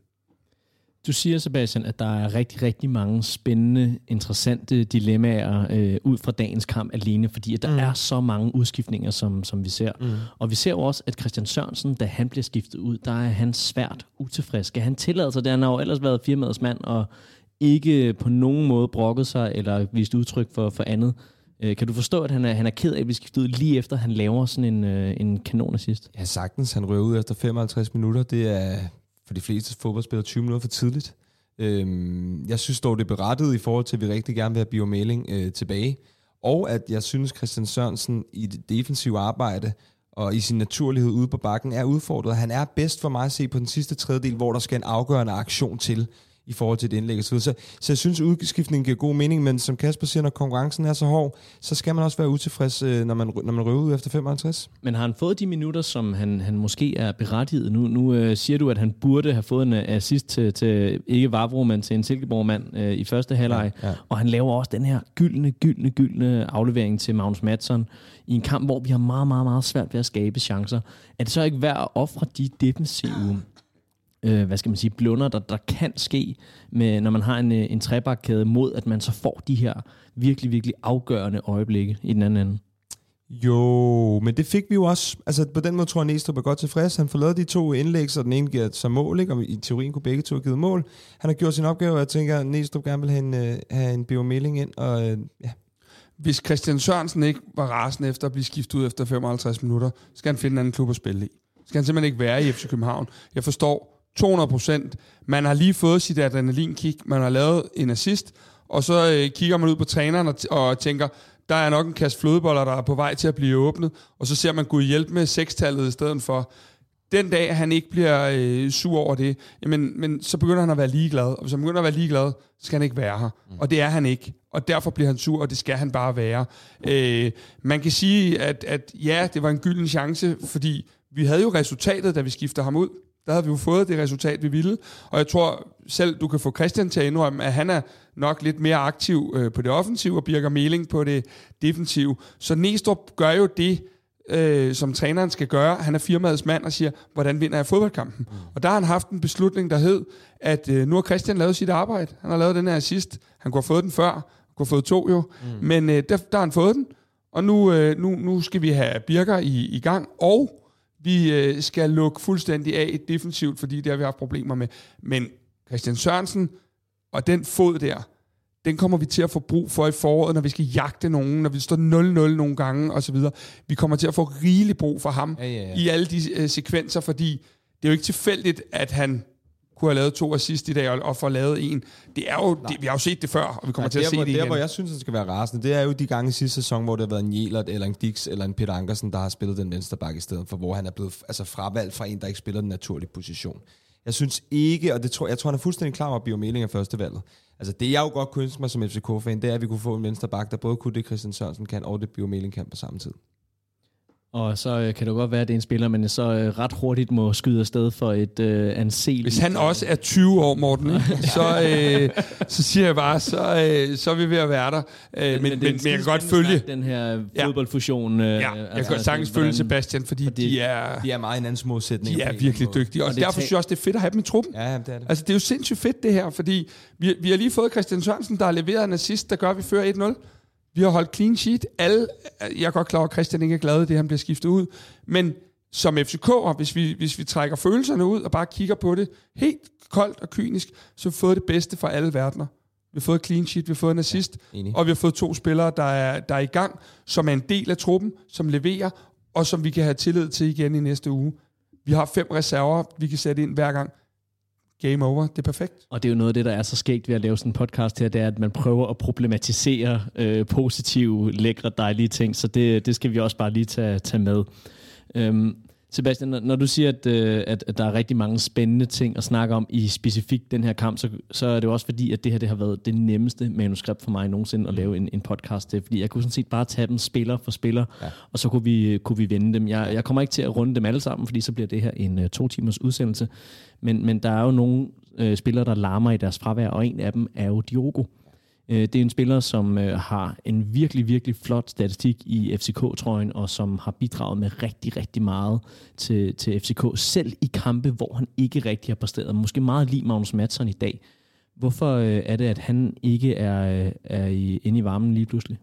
Du siger, Sebastian, at der er rigtig, rigtig mange spændende, interessante dilemmaer øh, ud fra dagens kamp alene, fordi at der mm. er så mange udskiftninger, som, som vi ser. Mm. Og vi ser jo også, at Christian Sørensen, da han bliver skiftet ud, der er han svært utilfreds. Skal han tillade sig det? Han har jo ellers været firmaets mand, og ikke på nogen måde brokket sig, eller vist udtryk for, for andet. Øh, kan du forstå, at han er, han er ked af at blive skiftet ud, lige efter han laver sådan en, øh, en kanonassist? Ja, sagtens. Han rører ud efter femoghalvtreds minutter. Det er... for de fleste fodboldspillere tyve minutter for tidligt. Øhm, jeg synes dog, det er berettiget i forhold til, at vi rigtig gerne vil have Birger Meling øh, tilbage. Og at jeg synes, Christian Sørensen i det defensive arbejde og i sin naturlighed ude på bakken er udfordret. Han er bedst for mig at se på den sidste tredjedel, hvor der skal en afgørende aktion til i forhold til et indlæg. Så, så jeg synes, udskiftningen giver god mening, men som Kasper siger, når konkurrencen er så hård, så skal man også være utilfreds, når man, når man røver ud efter femoghalvtreds. Men har han fået de minutter, som han, han måske er berettiget? Nu, nu øh, siger du, at han burde have fået en assist til, til ikke Vavro, men til en Silkeborg-mand øh, i første halvleg. Ja, ja. Og han laver også den her gyldne, gyldne, gyldne aflevering til Magnus Madsen i en kamp, hvor vi har meget, meget, meget svært ved at skabe chancer. Er det så ikke værd at ofre de defensive Øh, hvad skal man sige, blunder, der, der kan ske, med, når man har en, en trebakkæde, mod at man så får de her virkelig, virkelig afgørende øjeblikke i den anden ende? Jo, men det fik vi jo også. Altså på den måde tror jeg, Næstrup er godt tilfreds. Han får lavet de to indlæg, så den ene giver som mål, ikke? Og i teorien kunne begge to have givet mål. Han har gjort sin opgave, og jeg tænker, at Næstrup gerne vil have en, uh, have en Birger Meling ind, og uh, ja. Hvis Christian Sørensen ikke var rasende efter at blive skiftet ud efter femoghalvtreds minutter, skal han finde en anden klub at spille i. Skal han simpelthen ikke være i F C København. Jeg forstår to hundrede procent. Man har lige fået sit adrenalinkick, man har lavet en assist, og så øh, kigger man ud på træneren og, t- og tænker, der er nok en kasse flødeboller, der er på vej til at blive åbnet, og så ser man Gud hjælpe med sekstallet i stedet for. Den dag, han ikke bliver øh, sur over det, jamen, men så begynder han at være ligeglad, og hvis han begynder at være ligeglad, så skal han ikke være her. Mm. Og det er han ikke, og derfor bliver han sur, og det skal han bare være. Øh, man kan sige, at, at ja, det var en gylden chance, fordi vi havde jo resultatet, da vi skifter ham ud. Der havde vi jo fået det resultat, vi ville. Og jeg tror selv, du kan få Christian til at indrømme, at han er nok lidt mere aktiv øh, på det offensive, og Birger Meling på det defensive. Så Næstrup gør jo det, øh, som træneren skal gøre. Han er firmaets mand og siger, hvordan vinder jeg fodboldkampen? Mm. Og der har han haft en beslutning, der hed, at øh, nu har Christian lavet sit arbejde. Han har lavet den her assist. Han kunne have fået den før. Han kunne have fået to jo. Mm. Men øh, der, der har han fået den. Og nu, øh, nu, nu skal vi have Birger i, i gang. Og vi øh, skal lukke fuldstændig af defensivt, fordi det har vi haft problemer med. Men Christian Sørensen og den fod der, den kommer vi til at få brug for i foråret, når vi skal jagte nogen, når vi står nul nul nogle gange osv. Vi kommer til at få rigelig brug for ham ja, ja, ja. i alle de øh, sekvenser, fordi det er jo ikke tilfældigt, at han kunne have lavet to assist i dag, og, og få lavet en. Det er jo, det, vi har jo set det før, og vi kommer Nej, til at der, se hvor, det der, igen. hvor jeg synes, det skal være rasende, det er jo de gange i sidste sæson, hvor det har været en Jelert, eller en Dix, eller en Peter Ankersen, der har spillet den venstre bakke i stedet for, hvor han er blevet altså, fravalgt fra en, der ikke spiller den naturlige position. Jeg synes ikke, og det tror, jeg tror, han er fuldstændig klar over, at Bio Meling er førstevalget. Altså det, jeg jo godt kunne ønske mig som F C K-fan, det er, at vi kunne få en venstre bakke, der både kunne det, Christian Sørensen kan, og det Bio Meling kan på samme tid. Og så øh, kan det godt være, at det er en spiller, men så øh, ret hurtigt må skyde afsted for et øh, anseligt... Hvis han også er tyve år, Morten, så, øh, så siger jeg bare, så, øh, så er vi ved at være der. Øh, men, men, men, men jeg kan godt følge... Den her fodboldfusion... Øh, ja, jeg altså, kan godt sagtens følge hvordan, Sebastian, fordi, fordi de er... De er meget hinandens modsætning. De er virkelig dygtige, og, og derfor synes jeg også, det er fedt at have dem i truppen. Ja, det er det. Altså, det er jo sindssygt fedt, det her, fordi vi, vi har lige fået Christian Sørensen, der har leveret en assist, der gør, at vi fører et nul. Vi har holdt clean sheet. Alle, jeg er godt klar over, at Christian ikke er glad i det, han bliver skiftet ud. Men som F C K'er, hvis vi, hvis vi trækker følelserne ud og bare kigger på det helt koldt og kynisk, så har vi fået det bedste fra alle verdener. Vi har fået clean sheet, vi har fået en assist, ja, og vi har fået to spillere, der er, der er i gang, som er en del af truppen, som leverer, og som vi kan have tillid til igen i næste uge. Vi har fem reserver, vi kan sætte ind hver gang. Game over, det er perfekt. Og det er jo noget af det, der er så skægt ved at lave sådan en podcast her, det er, at man prøver at problematisere øh, positive, lækre, dejlige ting, så det, det skal vi også bare lige tage, tage med. Øhm, Sebastian, når du siger, at, øh, at, at der er rigtig mange spændende ting at snakke om i specifikt den her kamp, så, så er det jo også fordi, at det her det har været det nemmeste manuskript for mig nogensinde at lave en, en podcast til, fordi jeg kunne sådan set bare tage dem spiller for spiller, ja. Og så kunne vi, kunne vi vende dem. Jeg, jeg kommer ikke til at runde dem alle sammen, fordi så bliver det her en uh, to timers udsendelse, men, men der er jo nogle uh, spillere, der larmer i deres fravær, og en af dem er jo Diogo. Det er en spiller, som øh, har en virkelig, virkelig flot statistik i F C K-trøjen, og som har bidraget med rigtig, rigtig meget til, til F C K, selv i kampe, hvor han ikke rigtig har præsteret. Måske meget lige Magnus Mattsson i dag. Hvorfor øh, er det, at han ikke er, er i, inde i varmen lige pludselig?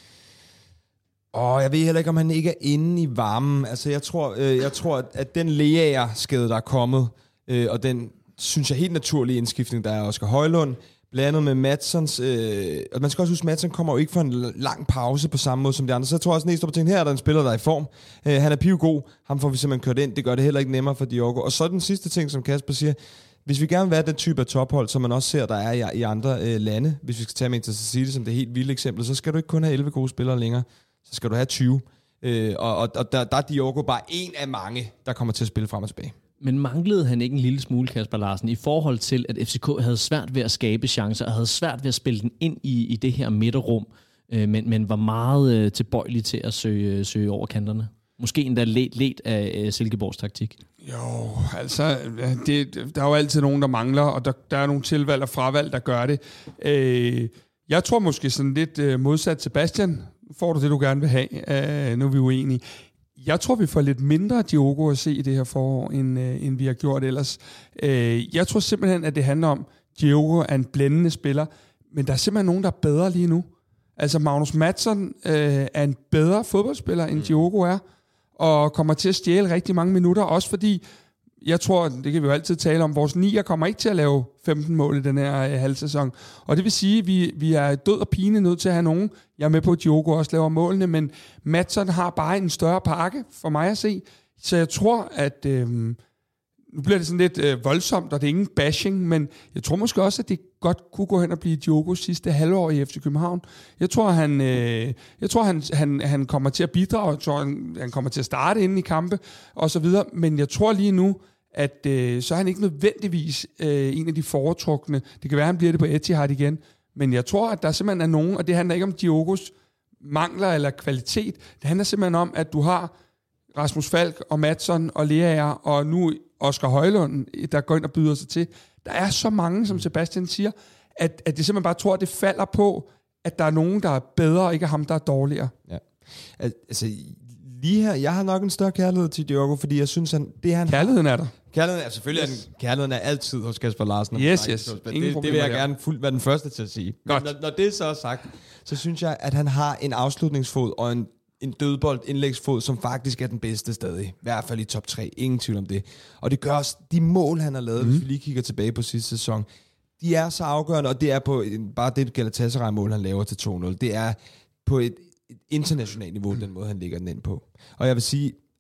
Åh, oh, jeg ved heller ikke, om han ikke er inde i varmen. Altså, jeg tror, øh, jeg tror at den Leaer-skade, der er kommet, øh, og den, synes jeg, helt naturlige indskiftning, der er Oscar Højlund, blandet med Matssons... Øh, og man skal også huske, at Madsson kommer jo ikke fra en lang pause på samme måde som de andre. Så jeg tror også, at Næstrup tænkte, her er der en spiller, der er i form. Øh, han er pivgod. Ham får vi simpelthen kørt ind. Det gør det heller ikke nemmere for Diogo. Og så den sidste ting, som Kasper siger. Hvis vi gerne vil være den type af tophold, som man også ser, der er i, i andre øh, lande, hvis vi skal tage Manchester City som det helt vilde eksempel, så skal du ikke kun have elleve gode spillere længere. Så skal du have tyve. Øh, og og, og der, der er Diogo bare en af mange, der kommer til at spille frem og tilbage. Men manglede han ikke en lille smule, Kasper Larsen, i forhold til, at F C K havde svært ved at skabe chancer, og havde svært ved at spille den ind i, i det her midterrum, øh, men, men var meget øh, tilbøjelig til at søge, søge over kanterne? Måske endda let, let af øh, Silkeborgs taktik? Jo, altså, det, der er jo altid nogen, der mangler, og der, der er nogle tilvalg og fravalg, der gør det. Øh, jeg tror måske sådan lidt øh, modsat Sebastian. Får du det, du gerne vil have? Øh, nu er vi uenige. Jeg tror, vi får lidt mindre Diogo at se i det her forår, end, øh, end vi har gjort ellers. Øh, jeg tror simpelthen, at det handler om, at Diogo er en blændende spiller, men der er simpelthen nogen, der er bedre lige nu. Altså Magnus Mattsson øh, er en bedre fodboldspiller, end mm. Diogo er, og kommer til at stjæle rigtig mange minutter, også fordi, jeg tror, det kan vi jo altid tale om, vores nier kommer ikke til at lave femten mål i den her øh, halvsæson. Og det vil sige, at vi, vi er død og pine nødt til at have nogen. Jeg er med på, at Diogo også laver målene, men Mattsson har bare en større pakke for mig at se. Så jeg tror, at... Øh, nu bliver det sådan lidt øh, voldsomt, og det er ingen bashing, men jeg tror måske også, at det godt kunne gå hen og blive Diogos sidste halvår i F C København. Jeg tror, han, øh, jeg tror, han, han, han kommer til at bidrage, jeg tror, han, han kommer til at starte inde i kampe, og så videre, men jeg tror lige nu, at øh, så er han ikke nødvendigvis øh, en af de foretrukne. Det kan være, at han bliver det på Etihad igen, men jeg tror, at der simpelthen er nogen, og det handler ikke om Diogos mangler eller kvalitet, det handler simpelthen om, at du har Rasmus Falk og Mattsson og Leaer, og nu Oscar Højlund, der går ind og byder sig til. Der er så mange, som Sebastian siger, at, at det simpelthen bare tror, at det falder på, at der er nogen, der er bedre, og ikke ham, der er dårligere. Ja. Altså, lige her, jeg har nok en større kærlighed til Diogo, fordi jeg synes, han, det han Kærligheden er der. Kærligheden er selvfølgelig, yes. den, kærligheden er altid hos Kasper Larsen. Yes, yes. Det, det vil jeg der. gerne fuldt være den første til at sige. Godt. Når, når det så er sagt, så synes jeg, at han har en afslutningsfod og en en dødbold indlægsfod, som faktisk er den bedste stadig. I hvert fald i top tre. Ingen tvivl om det. Og det gør også, de mål, han har lavet, mm. hvis vi lige kigger tilbage på sidste sæson, de er så afgørende, og det er på bare det Galatasaray-mål, han laver til to nul. Det er på et, et internationalt niveau, den måde, han lægger den ind på. Og jeg vil sige,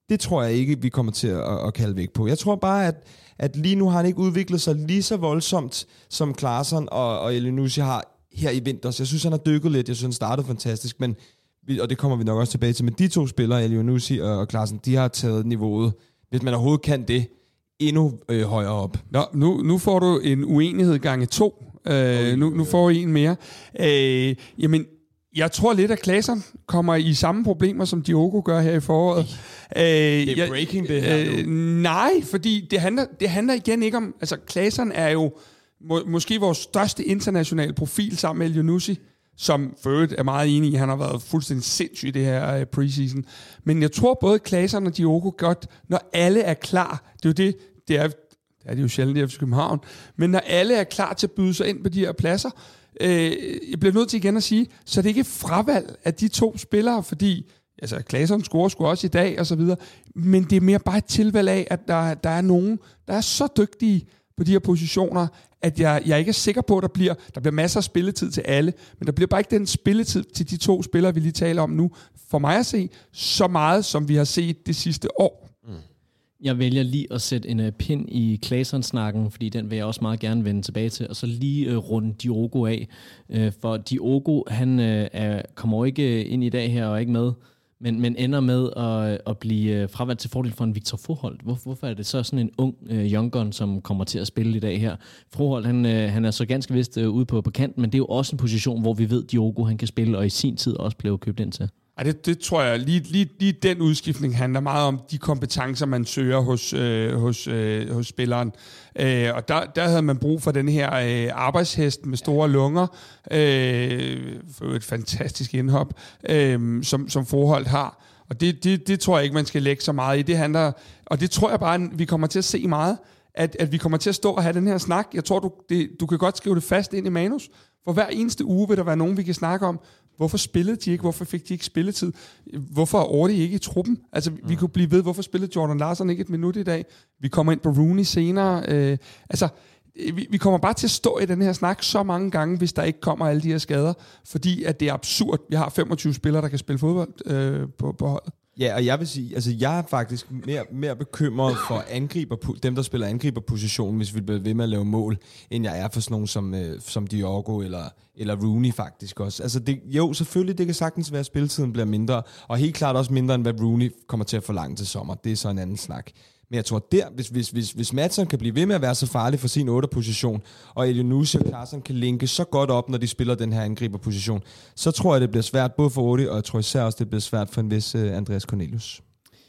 det tror jeg ikke, vi kommer til at, at kalde væk på. Jeg tror bare, at, at lige nu har han ikke udviklet sig lige så voldsomt, som Klaasen og, og Elyounoussi har her i vinters. Jeg synes, han har dykket lidt. Jeg synes, han startede fantastisk, men, og det kommer vi nok også tilbage til, men de to spillere, Elyounoussi og, og Klaasen, de har taget niveauet, hvis man overhovedet kan det, endnu øh, højere op. Nå, nu, nu får du en uenighed gange to. Øh, nu, nu får I en mere. Øh, jamen, jeg tror lidt, at Klaasen kommer i samme problemer, som Diogo gør her i foråret. Øh, det er breaking, det her. Øh, nej, fordi det handler, det handler igen ikke om... Altså, Klaasen er jo må, måske vores største internationale profil sammen med Elyounoussi, som for øvrigt er meget enig i. Han har været fuldstændig sindssyg i det her uh, preseason. Men jeg tror både Klaasen og Diogo godt, når alle er klar, det er jo det, det er, det er det jo sjældent i F C København, men når alle er klar til at byde sig ind på de her pladser, øh, jeg bliver nødt til igen at sige, så det er ikke fravalg af de to spillere, fordi altså, Klaasen scorer sgu også i dag, og så videre, men det er mere bare et tilvalg af, at der, der er nogen, der er så dygtige på de her positioner, at jeg, jeg ikke er sikker på, at der bliver, der bliver masser af spilletid til alle, men der bliver bare ikke den spilletid til de to spillere, vi lige taler om nu, for mig at se, så meget, som vi har set det sidste år. Mm. Jeg vælger lige at sætte en uh, pind i Klaasen-snakken, fordi den vil jeg også meget gerne vende tilbage til, og så lige uh, runde Diogo af. Uh, for Diogo, han uh, er, kommer ikke ind i dag her og er ikke med, men, men ender med at, at blive fravalgt til fordel for en Victor Froholt. Hvor, hvorfor er det så sådan en ung uh, young gun, som kommer til at spille i dag her? Froholt, han, uh, han er så ganske vist uh, ude på, på kanten, men det er jo også en position, hvor vi ved, Diogo han kan spille, og i sin tid også blev købt ind til. Ej, det, det tror jeg, lige, lige, lige den udskiftning handler meget om de kompetencer, man søger hos, øh, hos, øh, hos spilleren. Øh, og der, der havde man brug for den her øh, arbejdshest med store lunger, øh, for et fantastisk indhop, øh, som, som Froholt har. Og det, det, det tror jeg ikke, man skal lægge så meget i. Det handler, og det tror jeg bare, vi kommer til at se meget, at, at vi kommer til at stå og have den her snak. Jeg tror, du, det, du kan godt skrive det fast ind i manus. For hver eneste uge vil der være nogen, vi kan snakke om. Hvorfor spillede de ikke? Hvorfor fik de ikke spilletid? Hvorfor er Ordi ikke i truppen? Altså, vi mm. kunne blive ved, hvorfor spillede Jordan Larsson ikke et minut i dag? Vi kommer ind på Rooney senere. Øh, altså, vi, vi kommer bare til at stå i den her snak så mange gange, hvis der ikke kommer alle de her skader, fordi at det er absurd. Vi har femogtyve spillere, der kan spille fodbold øh, på, på holdet. Ja, og jeg vil sige, altså jeg er faktisk mere, mere bekymret for angriber, dem, der spiller angriberpositionen, hvis vi bliver ved med at lave mål, end jeg er for sådan nogen som, øh, som Diogo eller, eller Rooney faktisk også. Altså det, jo, selvfølgelig, det kan sagtens være, at spilletiden bliver mindre, og helt klart også mindre, end hvad Rooney kommer til at forlange til sommer. Det er så en anden snak. Men jeg tror, der, hvis, hvis, hvis, hvis Madsson kan blive ved med at være så farlig for sin otter-position, og Elyounoussi og Klaasen kan linke så godt op, når de spiller den her angriberposition, så tror jeg, det bliver svært både for Ordi, og jeg tror især også, det bliver svært for en vis uh, Andreas Cornelius.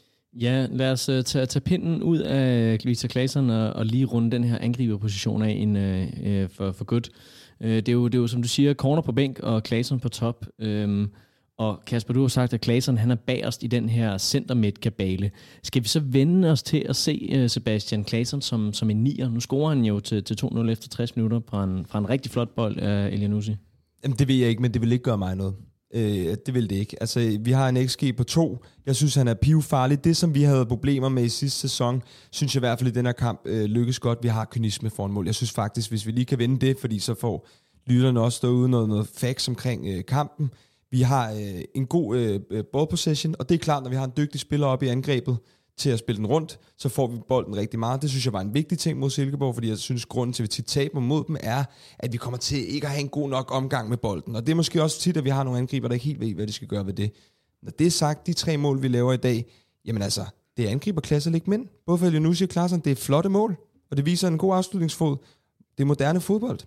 Ja, lad os uh, tage, tage pinden ud af Victor Klaasen og, og lige runde den her angriberposition af en, uh, uh, for, for godt. Uh, det, er jo, det er jo, som du siger, corner på bænk og Klaasen på top. Um, Og Kasper, du har sagt, at Klaasen han er bagerst i den her center-midt-kabale. Skal vi så vende os til at se uh, Sebastian Klaasen som, som en nier? Nu scorer han jo til, til to nul efter tres minutter fra en, fra en rigtig flot bold af Elyounoussi. Jamen, det ved jeg ikke, men det vil ikke gøre mig noget. Øh, det vil det ikke. Altså, vi har en X G på to. Jeg synes, han er pivfarlig. Det, som vi havde problemer med i sidste sæson, synes jeg i hvert fald i den her kamp øh, lykkes godt. Vi har kynisme foran mål. Jeg synes faktisk, hvis vi lige kan vende det, fordi så får lytterne også derude noget, noget facts omkring øh, kampen. Vi har øh, en god øh, ball possession, og det er klart, når vi har en dygtig spiller oppe i angrebet til at spille den rundt, så får vi bolden rigtig meget. Det synes jeg var en vigtig ting mod Silkeborg, fordi jeg synes, grunden til, at vi tit taber mod dem, er, at vi kommer til ikke at have en god nok omgang med bolden. Og det er måske også tit, at vi har nogle angriber, der ikke helt ved, hvad de skal gøre ved det. Når det er sagt, de tre mål, vi laver i dag, jamen altså, det er angriberklasse at ligge mænd. Både for Elyounoussi og Klaasen, det er flotte mål, og det viser en god afslutningsfod. Det er moderne fodbold.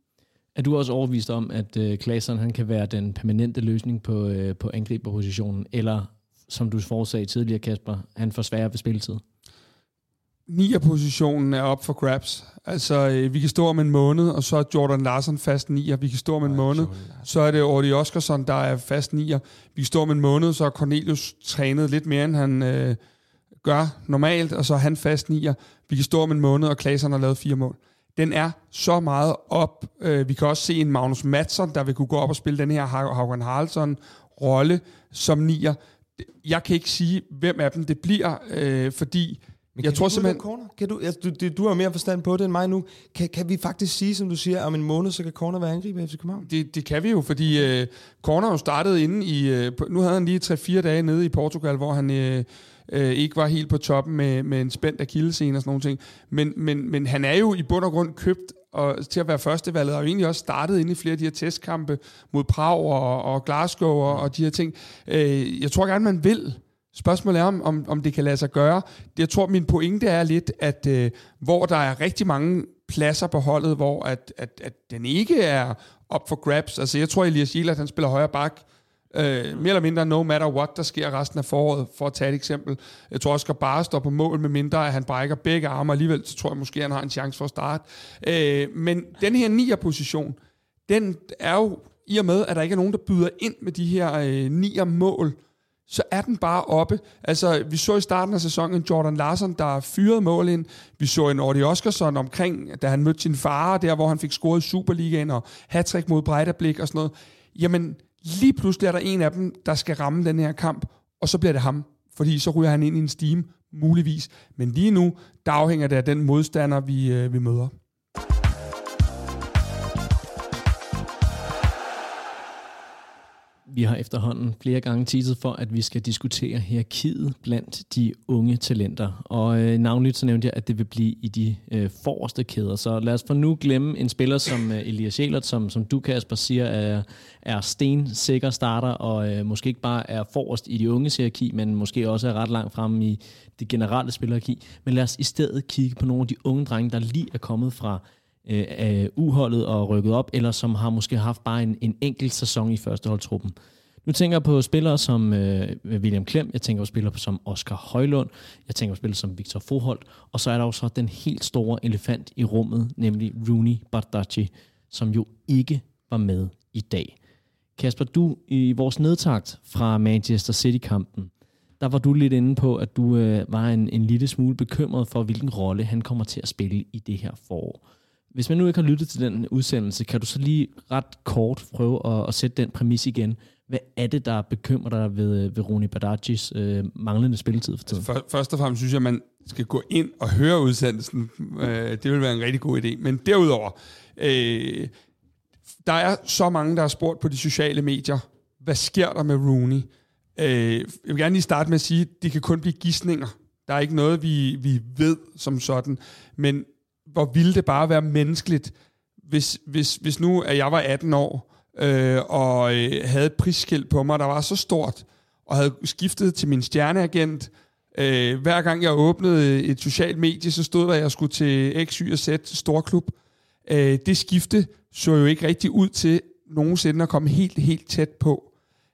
Er du også overbevist om, at øh, Klaasen han kan være den permanente løsning på, øh, på angriberpositionen, eller som du forudsagde tidligere, Kasper, han får sværere ved spilletid? Nier-positionen er op for grabs. Altså, øh, vi kan stå om en måned, og så er Jordan Larsson fast nier. Vi kan stå om en måned, så er det Ordi Oskarsson, der er fast nier. Vi kan stå om en måned, så er Cornelius trænet lidt mere, end han øh, gør normalt, og så er han fast nier. Vi kan stå om en måned, og Klaasen har lavet fire mål. Den er så meget op. Øh, vi kan også se en Magnus Madsson, der vil kunne gå op og spille den her Haugen Haraldsson-rolle som nier. Jeg kan ikke sige, hvem af dem det bliver, øh, fordi Men jeg tror simpelthen... Corner? Kan du, altså, du, du har mere forstand på det end mig nu. Kan, kan vi faktisk sige, som du siger, om en måned, så kan Corner være angriber i F C København? Det, det kan vi jo, fordi øh, Corner jo startede inde i... Øh, nu havde han lige tre fire dage nede i Portugal, hvor han... Øh, øh, ikke var helt på toppen med, med en spændt akillescene og sådan nogle ting. Men, men, men han er jo i bund og grund købt og, til at være førstevalget, og egentlig også startet inde i flere af de her testkampe mod Prag og, og Glasgow og, og de her ting. Øh, jeg tror gerne, man vil. Spørgsmålet er, om, om, om det kan lade sig gøre. Jeg tror, min pointe er lidt, at øh, hvor der er rigtig mange pladser på holdet, hvor at, at, at den ikke er op for grabs. Altså, jeg tror, Elias Gillard, han spiller højre bak, øh, mere eller mindre no matter what, der sker resten af foråret, for at tage et eksempel. Jeg tror, Oscar Barre står på mål, med mindre at han brækker begge arme, alligevel så tror jeg måske, han har en chance for at starte. Øh, men den her nier-position, den er jo, i og med, at der ikke er nogen, der byder ind med de her øh, nier-mål, så er den bare oppe. Altså, vi så i starten af sæsonen Jordan Larsson, der fyrede mål ind. Vi så en Audi Oskarsson omkring, da han mødte sin far, der hvor han fik scoret i Superligaen, og hattrick mod Breidablik og sådan noget. Jamen, lige pludselig er der en af dem, der skal ramme den her kamp, og så bliver det ham, fordi så ryger han ind i en stime, muligvis. Men lige nu, der afhænger det af den modstander, vi, øh, vi møder. Vi har efterhånden flere gange teaset for, at vi skal diskutere hierarkiet blandt de unge talenter. Og øh, navnligt så nævnte jeg, at det vil blive i de øh, forreste kæder. Så lad os for nu glemme en spiller som øh, Elias Gillard, som, som du, Kasper, siger, er, er stensikker starter, og øh, måske ikke bare er forrest i de unge hierarki, men måske også er ret langt fremme i det generelle spillerhierarki. Men lad os i stedet kigge på nogle af de unge drenge, der lige er kommet fra øh, uholdet og rykket op, eller som har måske haft bare en, en enkelt sæson i førsteholdtruppen. Nu tænker jeg på spillere som øh, William Klem, jeg tænker på spillere som Oscar Højlund, jeg tænker på spillere som Victor Froholt, og så er der jo så den helt store elefant i rummet, nemlig Rooney Bardghji, som jo ikke var med i dag. Kasper, du i vores nedtakt fra Manchester City-kampen, der var du lidt inde på, at du øh, var en, en lille smule bekymret for, hvilken rolle han kommer til at spille i det her forår. Hvis man nu ikke har lyttet til den udsendelse, kan du så lige ret kort prøve at, at sætte den præmis igen. Hvad er det, der bekymrer dig ved, ved Rooney Bardghjis øh, manglende spilletid for tiden? Altså, først og fremmest synes jeg, at man skal gå ind og høre udsendelsen. Øh, det vil være en rigtig god idé. Men derudover, øh, der er så mange, der har spurgt på de sociale medier, hvad sker der med Rooney? Øh, jeg vil gerne lige starte med at sige, at det kan kun blive gidsninger. Der er ikke noget, vi, vi ved som sådan. Men hvor ville det bare være menneskeligt, hvis, hvis, hvis nu at jeg var atten år, øh, og øh, havde et prisskilt på mig, der var så stort, og havde skiftet til min stjerneagent. Øh, hver gang jeg åbnede et socialt medie, så stod der, at jeg skulle til X, Y og Z storklub. Øh, det skifte så jo ikke rigtig ud til nogensinde at komme helt, helt tæt på.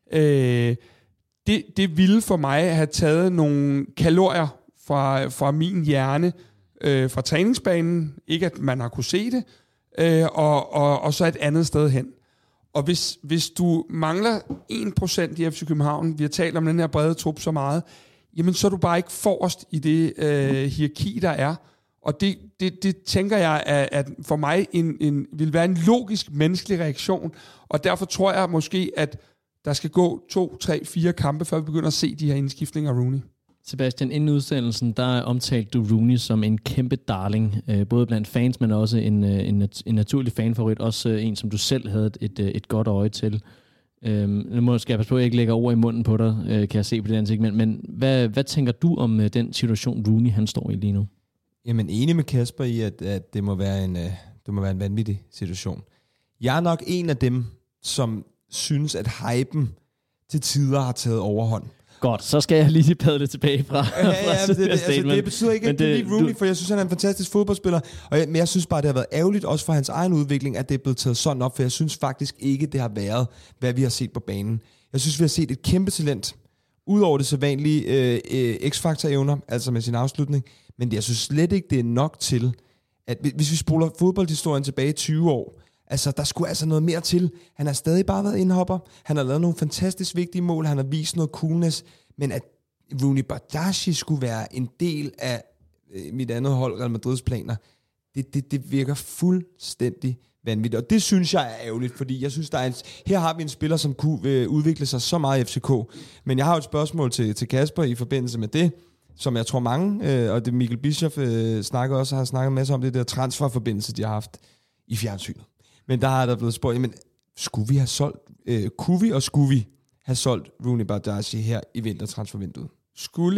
Øh, det, det ville for mig have taget nogle kalorier fra, fra min hjerne, øh, fra træningsbanen. Ikke at man har kunne se det, øh, og, og, og så et andet sted hen. Og hvis, hvis du mangler en procent i F C København, vi har talt om den her brede trup så meget, jamen så er du bare ikke forrest i det øh, hierarki, der er. Og det, det, det tænker jeg, at, at for mig en, en, vil være en logisk menneskelig reaktion. Og derfor tror jeg måske, at der skal gå to, tre, fire kampe, før vi begynder at se de her indskiftninger af Rooney. Sebastian, inden udsendelsen, der omtalte du Rooney som en kæmpe darling, øh, både blandt fans, men også en, en, en naturlig fanfavorit, også en, som du selv havde et, et godt øje til. Øh, nu må jeg passe på, at jeg ikke lægger ord i munden på dig, øh, kan jeg se på det ansigt, men, men hvad, hvad tænker du om øh, den situation, Rooney han står i lige nu? Jamen, enig med Kasper i, at, at det, må være en, øh, det må være en vanvittig situation. Jeg er nok en af dem, som synes, at hypen til tider har taget overhånd. Godt, så skal jeg lige padle tilbage fra, ja, ja, fra det, det, altså, det betyder ikke, at det er Rooney, du... for jeg synes, han er en fantastisk fodboldspiller. Og jeg, men jeg synes bare, det har været ærgerligt, også for hans egen udvikling, at det er blevet taget sådan op, for jeg synes faktisk ikke, det har været, hvad vi har set på banen. Jeg synes, vi har set et kæmpe talent, udover det sædvanlige øh, øh, X-faktor-evner, altså med sin afslutning. Men jeg synes slet ikke, det er nok til, at hvis vi spoler fodboldhistorien tilbage tyve år, altså, der skulle altså noget mere til. Han har stadig bare været indhopper. Han har lavet nogle fantastisk vigtige mål. Han har vist noget coolness. Men at Rooney Bardghji skulle være en del af øh, mit andet hold, Real Madrids planer, det, det, det virker fuldstændig vanvittigt. Og det synes jeg er ærgerligt, fordi jeg synes, der er en, her har vi en spiller, som kunne øh, udvikle sig så meget i F C K. Men jeg har jo et spørgsmål til, til Kasper i forbindelse med det, som jeg tror mange, øh, og det Mikkel Bischoff øh, snakker også, har snakket masser om det der transferforbindelse, de har haft i fjernsynet. Men der har der blevet spurgt, men skulle vi have solgt, øh, kunne vi og skulle vi have solgt Rooney Bardghji her i vintertransfervinduet? Skulle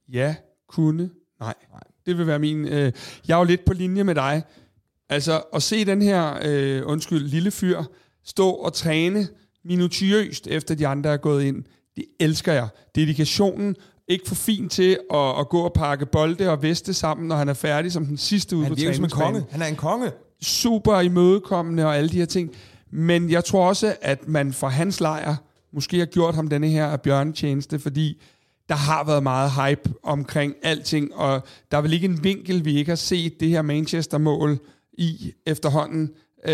Ja, kunne, nej. nej. Det vil være min... Øh, jeg er jo lidt på linje med dig. Altså, at se den her, øh, undskyld, lille fyr, stå og træne minutiøst, efter de andre er gået ind, det elsker jeg. Dedikationen, ikke for fint til at, at gå og pakke bolde og veste sammen, når han er færdig som den sidste ude på træningsbanen. Han er konge. Han er en konge. Super imødekommende og alle de her ting. Men jeg tror også, at man fra hans lejr måske har gjort ham denne her bjørnetjeneste, fordi der har været meget hype omkring alting, og der er vel ikke en vinkel, vi ikke har set det her Manchester-mål i efterhånden.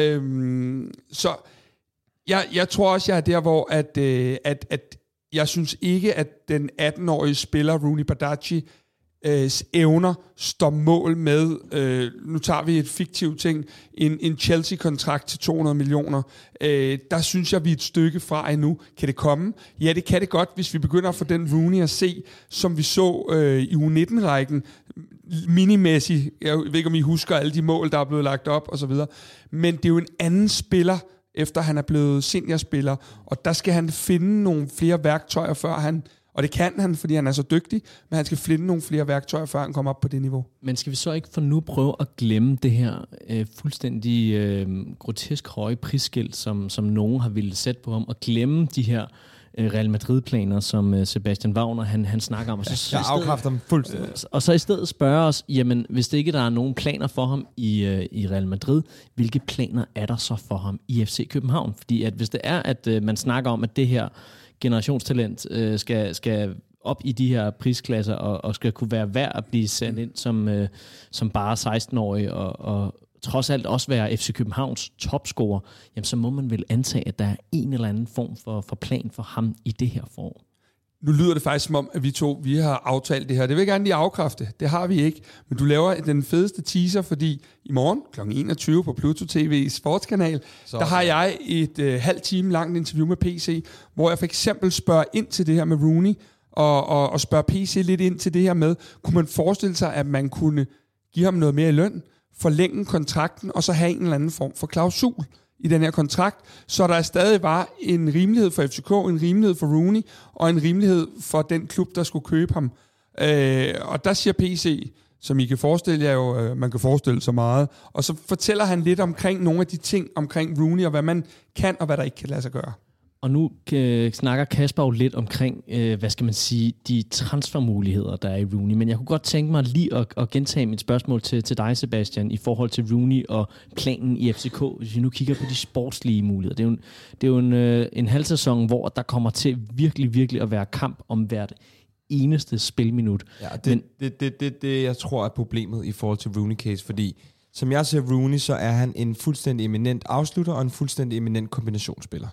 Øhm, så jeg, jeg tror også, jeg er der, hvor at, øh, at, at jeg synes ikke, at den atten-årige spiller, Rooney Badaji, øh, evner står mål med, øh, nu tager vi et fiktivt ting, en, en Chelsea-kontrakt til to hundrede millioner. Øh, der synes jeg, vi er et stykke fra endnu. Kan det komme? Ja, det kan det godt, hvis vi begynder at få den Rooney at se, som vi så øh, i U nitten-rækken, minimæssigt. Jeg ved ikke, om I husker alle de mål, der er blevet lagt op, og så videre. Men det er jo en anden spiller, efter han er blevet seniorspiller, og der skal han finde nogle flere værktøjer, før han, og det kan han, fordi han er så dygtig, men han skal finde nogle flere værktøjer, før han kommer op på det niveau. Men skal vi så ikke for nu prøve at glemme det her øh, fuldstændig øh, grotesk høje prisskilt, som, som nogen har ville sætte på ham, og glemme de her øh, Real Madrid-planer, som øh, Sebastian Wagner han, han snakker om. Og så, jeg afkræfter dem fuldstændig. Øh, og så i stedet spørge os, jamen hvis det ikke der er nogen planer for ham i, øh, i Real Madrid, hvilke planer er der så for ham i F C København? Fordi at hvis det er, at øh, man snakker om, at det her generationstalent øh, skal, skal op i de her prisklasser, og, og skal kunne være værd at blive sendt ind som, øh, som bare seksten-årig, og, og trods alt også være F C Københavns topscorer, jamen så må man vel antage, at der er en eller anden form for, for plan for ham i det her forår. Nu lyder det faktisk som om, at vi to vi har aftalt det her. Det vil jeg gerne lige afkræfte. Det har vi ikke. Men du laver den fedeste teaser, fordi i morgen kl. enogtyve på Pluto T V Sportskanal, så, der har jeg et øh, halv time langt interview med P C, hvor jeg for eksempel spørger ind til det her med Rooney, og, og, og spørger P C lidt ind til det her med, kunne man forestille sig, at man kunne give ham noget mere i løn, forlænge kontrakten, og så have en eller anden form for klausul i den her kontrakt, så der stadig var en rimelighed for F C K, en rimelighed for Rooney, og en rimelighed for den klub, der skulle købe ham. Øh, og der siger P C, som I kan forestille jer jo, øh, man kan forestille sig meget, og så fortæller han lidt omkring nogle af de ting omkring Rooney, og hvad man kan, og hvad der ikke kan lade sig gøre. Og nu øh, snakker Kasper jo lidt omkring, øh, hvad skal man sige, de transfermuligheder, der er i Rooney. Men jeg kunne godt tænke mig lige at, at gentage mit spørgsmål til, til dig, Sebastian, i forhold til Rooney og planen i F C K. Hvis vi nu kigger på de sportslige muligheder. Det er jo en, det er jo en, øh, en halv sæson, hvor der kommer til virkelig, virkelig at være kamp om hvert eneste spilminut. Ja, det, Men, det, det, det, det, jeg tror er problemet i forhold til Rooney-case, fordi som jeg ser Rooney, så er han en fuldstændig eminent afslutter og en fuldstændig eminent kombinationsspiller.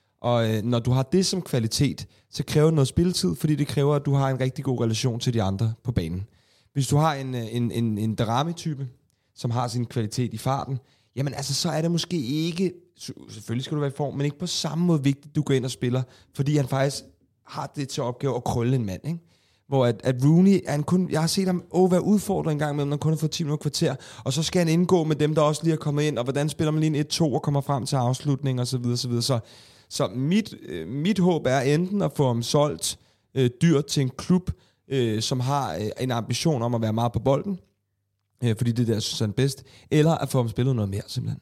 Og øh, når du har det som kvalitet, så kræver det noget spilletid, fordi det kræver, at du har en rigtig god relation til de andre på banen. Hvis du har en, en, en, en Darami-type, som har sin kvalitet i farten, jamen altså, så er det måske ikke, selvfølgelig skal du være i form, men ikke på samme måde vigtigt, du går ind og spiller, fordi han faktisk har det til opgave at krølle en mand, ikke? Hvor at, at Rooney, han kun, jeg har set ham over være udfordret en gang med, når han kun har fået ti minutter kvarter, og så skal han indgå med dem, der også lige er kommet ind, og hvordan spiller man lige en et to og kommer frem til afslutning, og så videre, så videre. Så Så mit, øh, mit håb er enten at få ham solgt øh, dyrt til en klub, øh, som har øh, en ambition om at være meget på bolden, øh, fordi det der synes han er bedst, eller at få ham spillet noget mere simpelthen.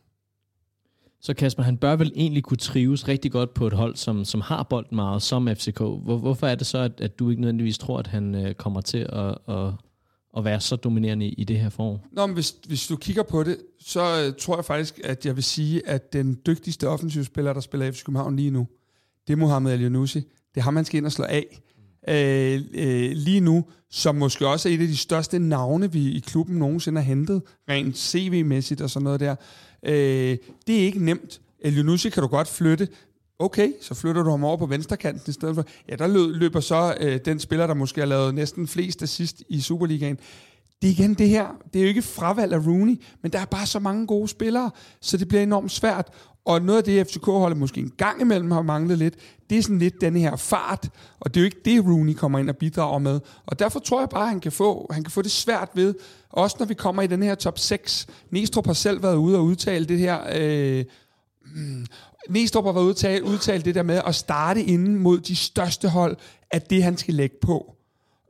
Så Kasper, han bør vel egentlig kunne trives rigtig godt på et hold, som, som har bolden meget, som F C K. Hvor, hvorfor er det så, at, at du ikke nødvendigvis tror, at han øh, kommer til at, at, at være så dominerende i, i det her forår? Nå, men hvis, hvis du kigger på det, så øh, tror jeg faktisk, at jeg vil sige, at den dygtigste offensivspiller, der spiller i F C København lige nu, det er Mohamed El-Younousi. Det har man skal ind og slå af. Øh, øh, lige nu, som måske også er et af de største navne, vi i klubben nogensinde har hentet, rent C V-mæssigt og sådan noget der. Øh, det er ikke nemt. El-Younousi kan du godt flytte. Okay, så flytter du ham over på venstrekanten i stedet for. Ja, der løber så øh, den spiller, der måske har lavet næsten flest assist i Superligaen. Det er igen det her. Det er jo ikke fravalg af Rooney, men der er bare så mange gode spillere, så det bliver enormt svært. Og noget af det, F C K-holdet måske en gang imellem har manglet lidt, det er sådan lidt den her fart, og det er jo ikke det, Rooney kommer ind og bidrager med. Og derfor tror jeg bare, at han kan få, han kan få det svært ved, også når vi kommer i den her top seks. Næstrup har selv været ude og udtale det her... Øh, mm, Næstrup har været udtalt, udtalt det der med at starte inden mod de største hold, at det han skal lægge på.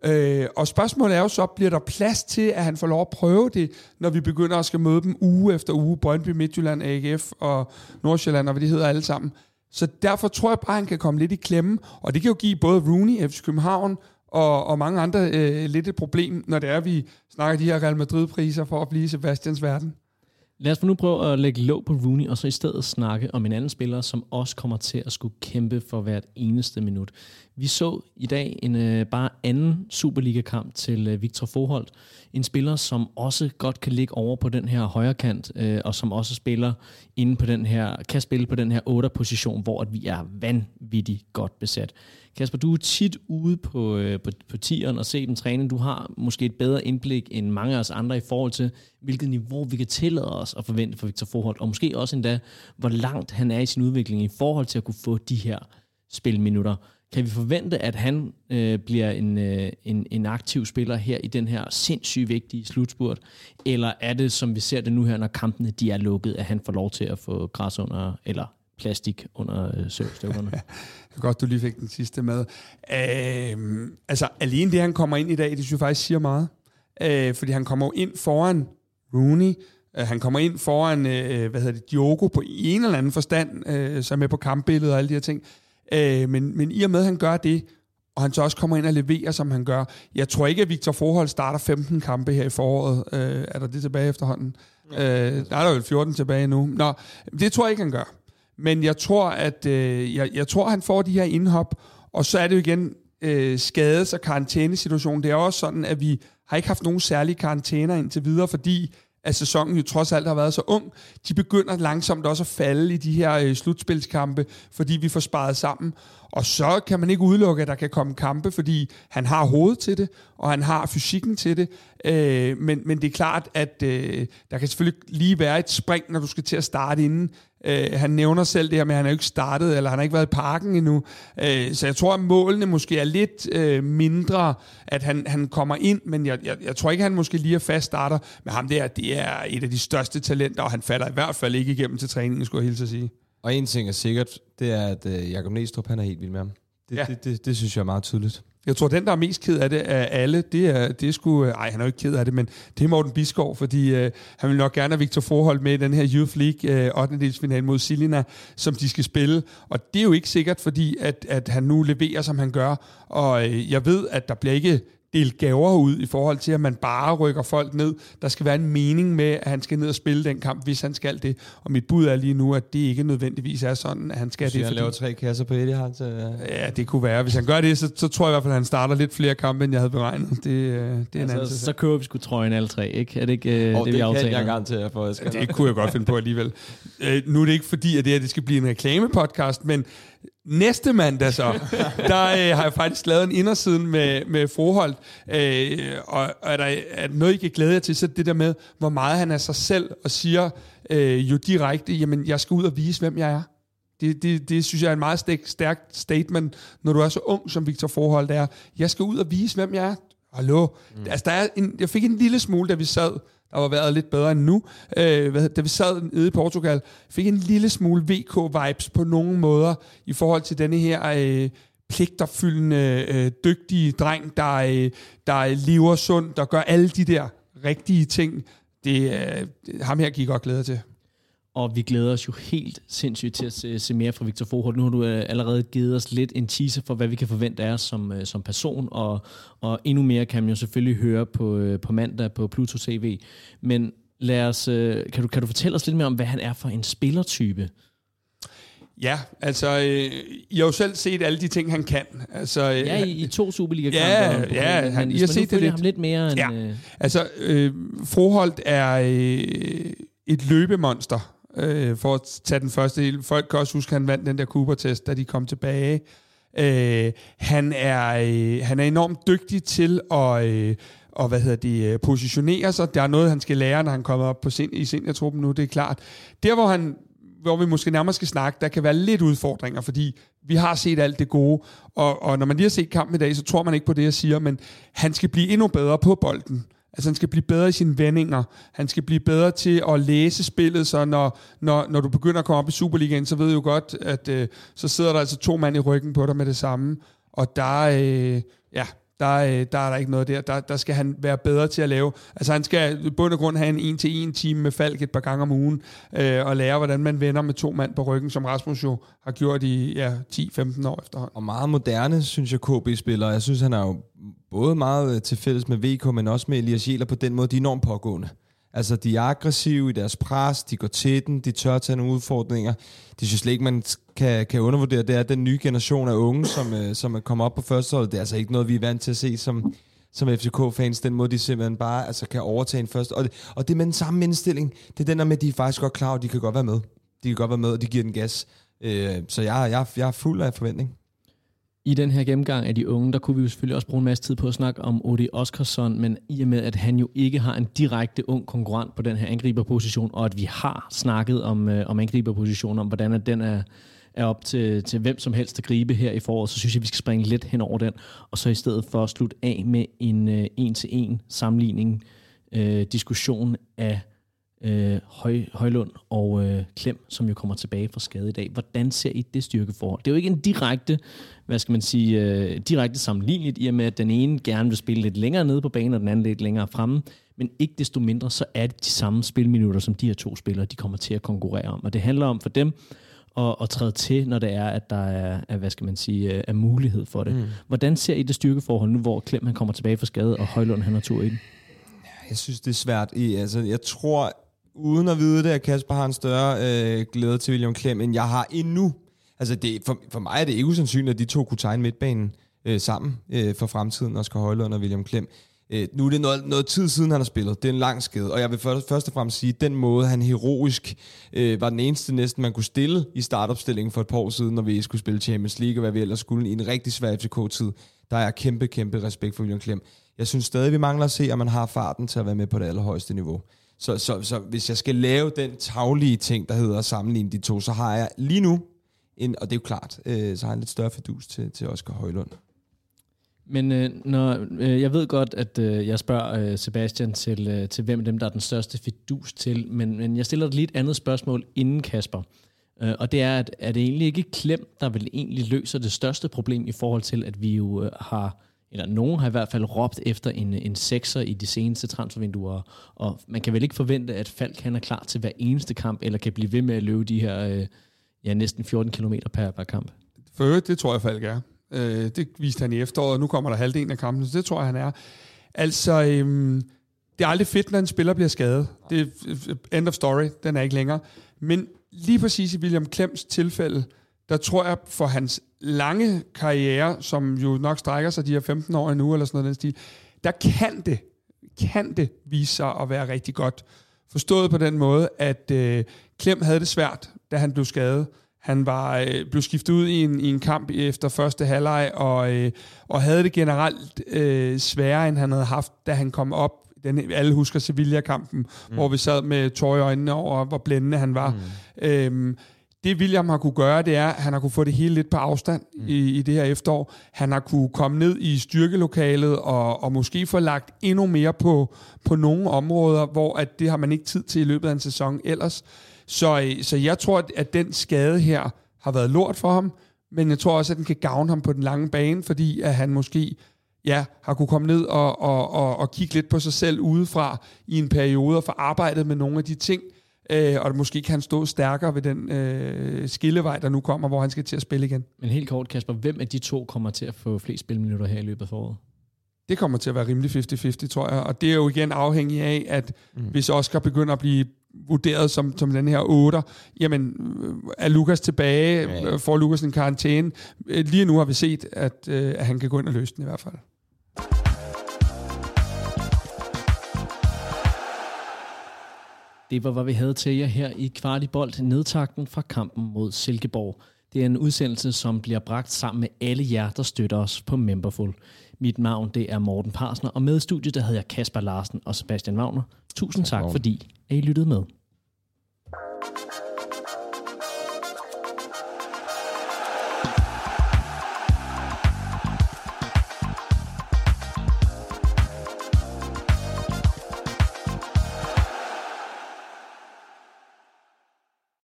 Øh, og spørgsmålet er jo så, bliver der plads til, at han får lov at prøve det, når vi begynder at skal møde dem uge efter uge, Brøndby, Midtjylland, A G F og Nordsjælland, og hvad de hedder alle sammen. Så derfor tror jeg bare, at han kan komme lidt i klemme, og det kan jo give både Rooney, F C København og, og mange andre øh, lidt et problem, når det er, at vi snakker de her Real Madrid-priser for at blive Sebastians verden. Lad os nu prøve at lægge låg på Rooney, og så i stedet snakke om en anden spiller, som også kommer til at skulle kæmpe for hvert eneste minut. Vi så i dag en øh, bare anden Superliga-kamp til øh, Victor Froholt. En spiller, som også godt kan ligge over på den her højre kant, øh, og som også spiller inde på den her, kan spille på den her otter-position, hvor at vi er vanvittigt godt besat. Kasper, du er tit ude på, øh, på, på tieren og se dem træne. Du har måske et bedre indblik end mange af os andre i forhold til, hvilket niveau vi kan tillade os at forvente for Victor Froholt, og måske også endda, hvor langt han er i sin udvikling i forhold til at kunne få de her spilminutter. Kan vi forvente, at han øh, bliver en, øh, en, en aktiv spiller her i den her sindssygt vigtige slutspurt? Eller er det, som vi ser det nu her, når kampene de er lukket, at han får lov til at få græs under, eller plastik under øh, støvlerne? Godt, du lige fik den sidste med. Øh, altså, alene det, han kommer ind i dag, det synes jeg faktisk siger meget. Øh, fordi han kommer jo ind foran Rooney. Øh, han kommer ind foran, øh, hvad hedder det, Diogo på en eller anden forstand, øh, som er på kampbilledet og alle de her ting. Øh, men, men i og med, at han gør det, og han så også kommer ind og leverer, som han gør. Jeg tror ikke, at Victor Froholt starter femten kampe her i foråret. Øh, er der det tilbage efterhånden? Ja. Øh, der er der jo fjorten tilbage nu. Nå, det tror jeg ikke, han gør. Men jeg tror, at øh, jeg, jeg tror, han får de her indhop, og så er det jo igen øh, skades- og karantænesituation. Det er også sådan, at vi har ikke haft nogen særlige karantæner indtil videre, fordi at sæsonen jo trods alt har været så ung. De begynder langsomt også at falde i de her øh, slutspilskampe, fordi vi får sparet sammen. Og så kan man ikke udelukke, at der kan komme kampe, fordi han har hovedet til det, og han har fysikken til det. Øh, men, men det er klart, at øh, der kan selvfølgelig lige være et spring, når du skal til at starte inden. Øh, han nævner selv det her med, at han er jo ikke startet, eller han har ikke været i parken endnu. Øh, så jeg tror, at målene måske er lidt øh, mindre, at han, han kommer ind, men jeg, jeg, jeg tror ikke, at han måske lige er fast starter. Men ham der, det er et af de største talenter, og han falder i hvert fald ikke igennem til træningen, skulle jeg hilse at sige. Og en ting er sikkert, det er, at uh, Jakob Næstrup, han er helt vild med ham. Det, ja. det, det, det synes jeg er meget tydeligt. Jeg tror, den, der er mest ked af det af alle, det er, det er sgu... Ej, han er jo ikke ked af det, men det er Morten Bisgaard, fordi øh, han vil nok gerne have Victor Froholt med i den her Youth League øh, ottendedelsfinale mod Silina, som de skal spille. Og det er jo ikke sikkert, fordi at, at han nu leverer, som han gør. Og øh, jeg ved, at der bliver ikke delt gaver ud i forhold til, at man bare rykker folk ned. Der skal være en mening med, at han skal ned og spille den kamp, hvis han skal det. Og mit bud er lige nu, at det ikke nødvendigvis er sådan, at han skal det. Det. Han laver tre kasser på Etihad. Så... Ja, det kunne være. Hvis han gør det, så, så tror jeg i hvert fald, at han starter lidt flere kampe, end jeg havde beregnet. Det, det er en altså, anden så kører vi sgu trøjen alle tre, ikke? Er det ikke uh, oh, det, vi aftaler? Det kan jeg garantere for. Jeg det kunne jeg godt finde på alligevel. Uh, nu er det ikke fordi, at det her det skal blive en reklamepodcast, men næste mandag så, der øh, har jeg faktisk lavet en indersiden med, med Froholt, øh, og, og er der er noget, I kan glæde jer til, så det der med, hvor meget han er sig selv, og siger øh, jo direkte, jamen, jeg skal ud og vise, hvem jeg er. Det, det, det synes jeg er en meget stærk, stærkt statement, når du er så ung, som Victor Froholt er. Jeg skal ud og vise, hvem jeg er. Hallo. Mm. Altså, der er en, jeg fik en lille smule, da vi sad, der var været lidt bedre end nu, øh, da vi sad nede i Portugal, fik en lille smule V K-vibes på nogle måder, i forhold til denne her øh, pligtopfyldende, øh, dygtige dreng, der, øh, der lever sundt, der gør alle de der rigtige ting. Det, øh, ham her gik godt glæde til. Og vi glæder os jo helt sindssygt til at se, se mere fra Victor Froholt. Nu har du øh, allerede givet os lidt en teaser for, hvad vi kan forvente af os som, øh, som person, og, og endnu mere kan man jo selvfølgelig høre på, øh, på mandag på Pluto T V. Men lad os, øh, kan, du, kan du fortælle os lidt mere om, hvad han er for en spillertype? Ja, altså, øh, I har jo selv set alle de ting, han kan. Altså, øh, ja, i, i to Superliga-kampe. Ja, ja, han, I har set det lidt. Ham lidt mere end... Ja. Øh... Altså, øh, Froholt er øh, et løbemonster. Øh, for at tage den første del. Folk kan også huske, at han vandt den der Cooper-test, da de kom tilbage. Øh, han, er, øh, han er enormt dygtig til at øh, og, hvad hedder det, positionere sig. Der er noget, han skal lære, når han kommer op på sen- i seniortruppen nu, det er klart. Der, hvor, han, hvor vi måske nærmere skal snakke, der kan være lidt udfordringer, fordi vi har set alt det gode, og, og når man lige har set kampen i dag, så tror man ikke på det, jeg siger, men han skal blive endnu bedre på bolden. Altså han skal blive bedre i sine vendinger. Han skal blive bedre til at læse spillet, så når, når, når du begynder at komme op i Superligaen, så ved du jo godt, at øh, så sidder der altså to mand i ryggen på dig med det samme. Og der, øh, ja, Der, der er der ikke noget der. der. Der skal han være bedre til at lave. Altså han skal i bund og grund have en en-til-en time med Falk et par gange om ugen, øh, og lære, hvordan man vender med to mand på ryggen, som Rasmus jo har gjort i ja, ti femten år efterhånden. Og meget moderne, synes jeg, K B-spiller. Jeg synes, han er jo både meget til fælles med V K, men også med Elias Jæler på den måde, de er enormt pågående. Altså, de er aggressive i deres pres, de går til den, de tør tage nogle udfordringer. Det synes jeg ikke, man kan, kan undervurdere. Det er den nye generation af unge, som, øh, som er kommet op på førsteholdet. Det er altså ikke noget, vi er vant til at se som, som F C K-fans. Den måde, de simpelthen bare altså, kan overtage en første. Og det, og det er med den samme indstilling. Det er den der med, at de er faktisk godt klar, og de kan godt være med. De kan godt være med, og de giver den gas. Øh, så jeg, jeg, jeg er fuld af forventning. I den her gennemgang af de unge, der kunne vi jo selvfølgelig også bruge en masse tid på at snakke om Odi Oskarsson, men i og med, at han jo ikke har en direkte ung konkurrent på den her angriberposition, og at vi har snakket om, øh, om angriberpositionen, om hvordan at den er, er op til, til hvem som helst at gribe her i foråret, så synes jeg, vi skal springe lidt hen over den, og så i stedet for at slutte af med en øh, en-til-en sammenligning, øh, diskussion af Øh, Høj, Højlund og øh, Klem, som jo kommer tilbage fra skade i dag. Hvordan ser I det styrkeforhold? Det er jo ikke en direkte, hvad skal man sige, øh, direkte sammenligneligt, i og med, at den ene gerne vil spille lidt længere nede på banen, og den anden lidt længere fremme, men ikke desto mindre, så er det de samme spilminutter, som de her to spillere, de kommer til at konkurrere om. Og det handler om for dem at, at træde til, når det er, at der er, er hvad skal man sige, er mulighed for det. Mm. Hvordan ser I det styrkeforhold nu, hvor Klem han kommer tilbage fra skade, og Højlund han har tur i den? Jeg synes, det er svært. I, altså, jeg tror, uden at vide det, at Kasper har en større øh, glæde til William Klem, end jeg har endnu. Altså, det, for, for mig er det ikke usandsynligt, at de to kunne tegne midtbanen øh, sammen øh, for fremtiden, Oscar Højlund og William Klem. Øh, nu er det noget, noget tid siden, han har spillet. Det er en lang skade, og jeg vil først, først og fremmest sige, at den måde, han heroisk øh, var den eneste næsten, man kunne stille i startopstillingen for et par år siden, når vi skulle spille Champions League, og hvad vi ellers skulle i en rigtig svær F C K-tid. Der er kæmpe, kæmpe respekt for William Klem. Jeg synes stadig, vi mangler at se, at man har farten til at være med på det allerhøjeste niveau. Så, så, så hvis jeg skal lave den taglige ting, der hedder at sammenligne de to, så har jeg lige nu, en, og det er jo klart, øh, så har jeg en lidt større fidus til, til Oscar Højlund. Men øh, når, øh, jeg ved godt, at øh, jeg spørger øh, Sebastian til, øh, til, hvem af dem, der er den største fidus til, men, men jeg stiller dig lige et andet spørgsmål inden, Kasper. Øh, og det er, at er det egentlig ikke Klem, der vel egentlig løser det største problem i forhold til, at vi jo øh, har, eller nogen har i hvert fald råbt efter en, en sekser i de seneste transfervinduer, og man kan vel ikke forvente, at Falk han er klar til hver eneste kamp, eller kan blive ved med at løbe de her øh, ja, næsten fjorten kilometer per, per kamp. For øvrigt, det tror jeg Falk er. Øh, det viste han i efteråret, og nu kommer der halvdelen af kampen, så det tror jeg, han er. Altså, øhm, det er aldrig fedt, når en spiller bliver skadet. Det er end of story, den er ikke længere. Men lige præcis i William Klems tilfælde, der tror jeg for hans lange karriere, som jo nok strækker sig de her femten år endnu, eller sådan noget den stil, der kan det, kan det vise sig at være rigtig godt. Forstået på den måde, at øh, Klem havde det svært, da han blev skadet. Han var, øh, blev skiftet ud i en, i en kamp efter første halvleg, og, øh, og havde det generelt øh, sværere, end han havde haft, da han kom op. Den, alle husker Sevilla-kampen, mm. hvor vi sad med tårer i øjnene over, hvor blændende han var. Mm. Øhm, det William har kunne gøre, det er, at han har kunne få det hele lidt på afstand mm. i, i det her efterår. Han har kunne komme ned i styrkelokalet og, og måske få lagt endnu mere på, på nogle områder, hvor at det har man ikke tid til i løbet af en sæson ellers. Så, så jeg tror, at den skade her har været lort for ham, men jeg tror også, at den kan gavne ham på den lange bane, fordi at han måske ja, har kunne komme ned og, og, og, og kigge lidt på sig selv udefra i en periode og få arbejdet med nogle af de ting, øh, og måske kan han stå stærkere ved den øh, skillevej, der nu kommer, hvor han skal til at spille igen. Men helt kort, Kasper, hvem af de to kommer til at få flest spilminutter her i løbet af foråret? Det kommer til at være rimelig halvtreds halvtreds, tror jeg, og det er jo igen afhængig af, at mm. hvis Oscar begynder at blive vurderet som, som den her otter, jamen er Lukas tilbage, ja. Får Lukas en karantæne. Lige nu har vi set, at, at han kan gå ind og løse den i hvert fald. Det var, hvad vi havde til jer her i Kvart i Bold, nedtakten fra kampen mod Silkeborg. Det er en udsendelse, som bliver bragt sammen med alle jer, der støtter os på Memberful. Mit navn, det er Morten Parsner, og med i studiet, der hedder jeg Kasper Larsen og Sebastian Wagner. Tusind tak, fordi at I lyttede med.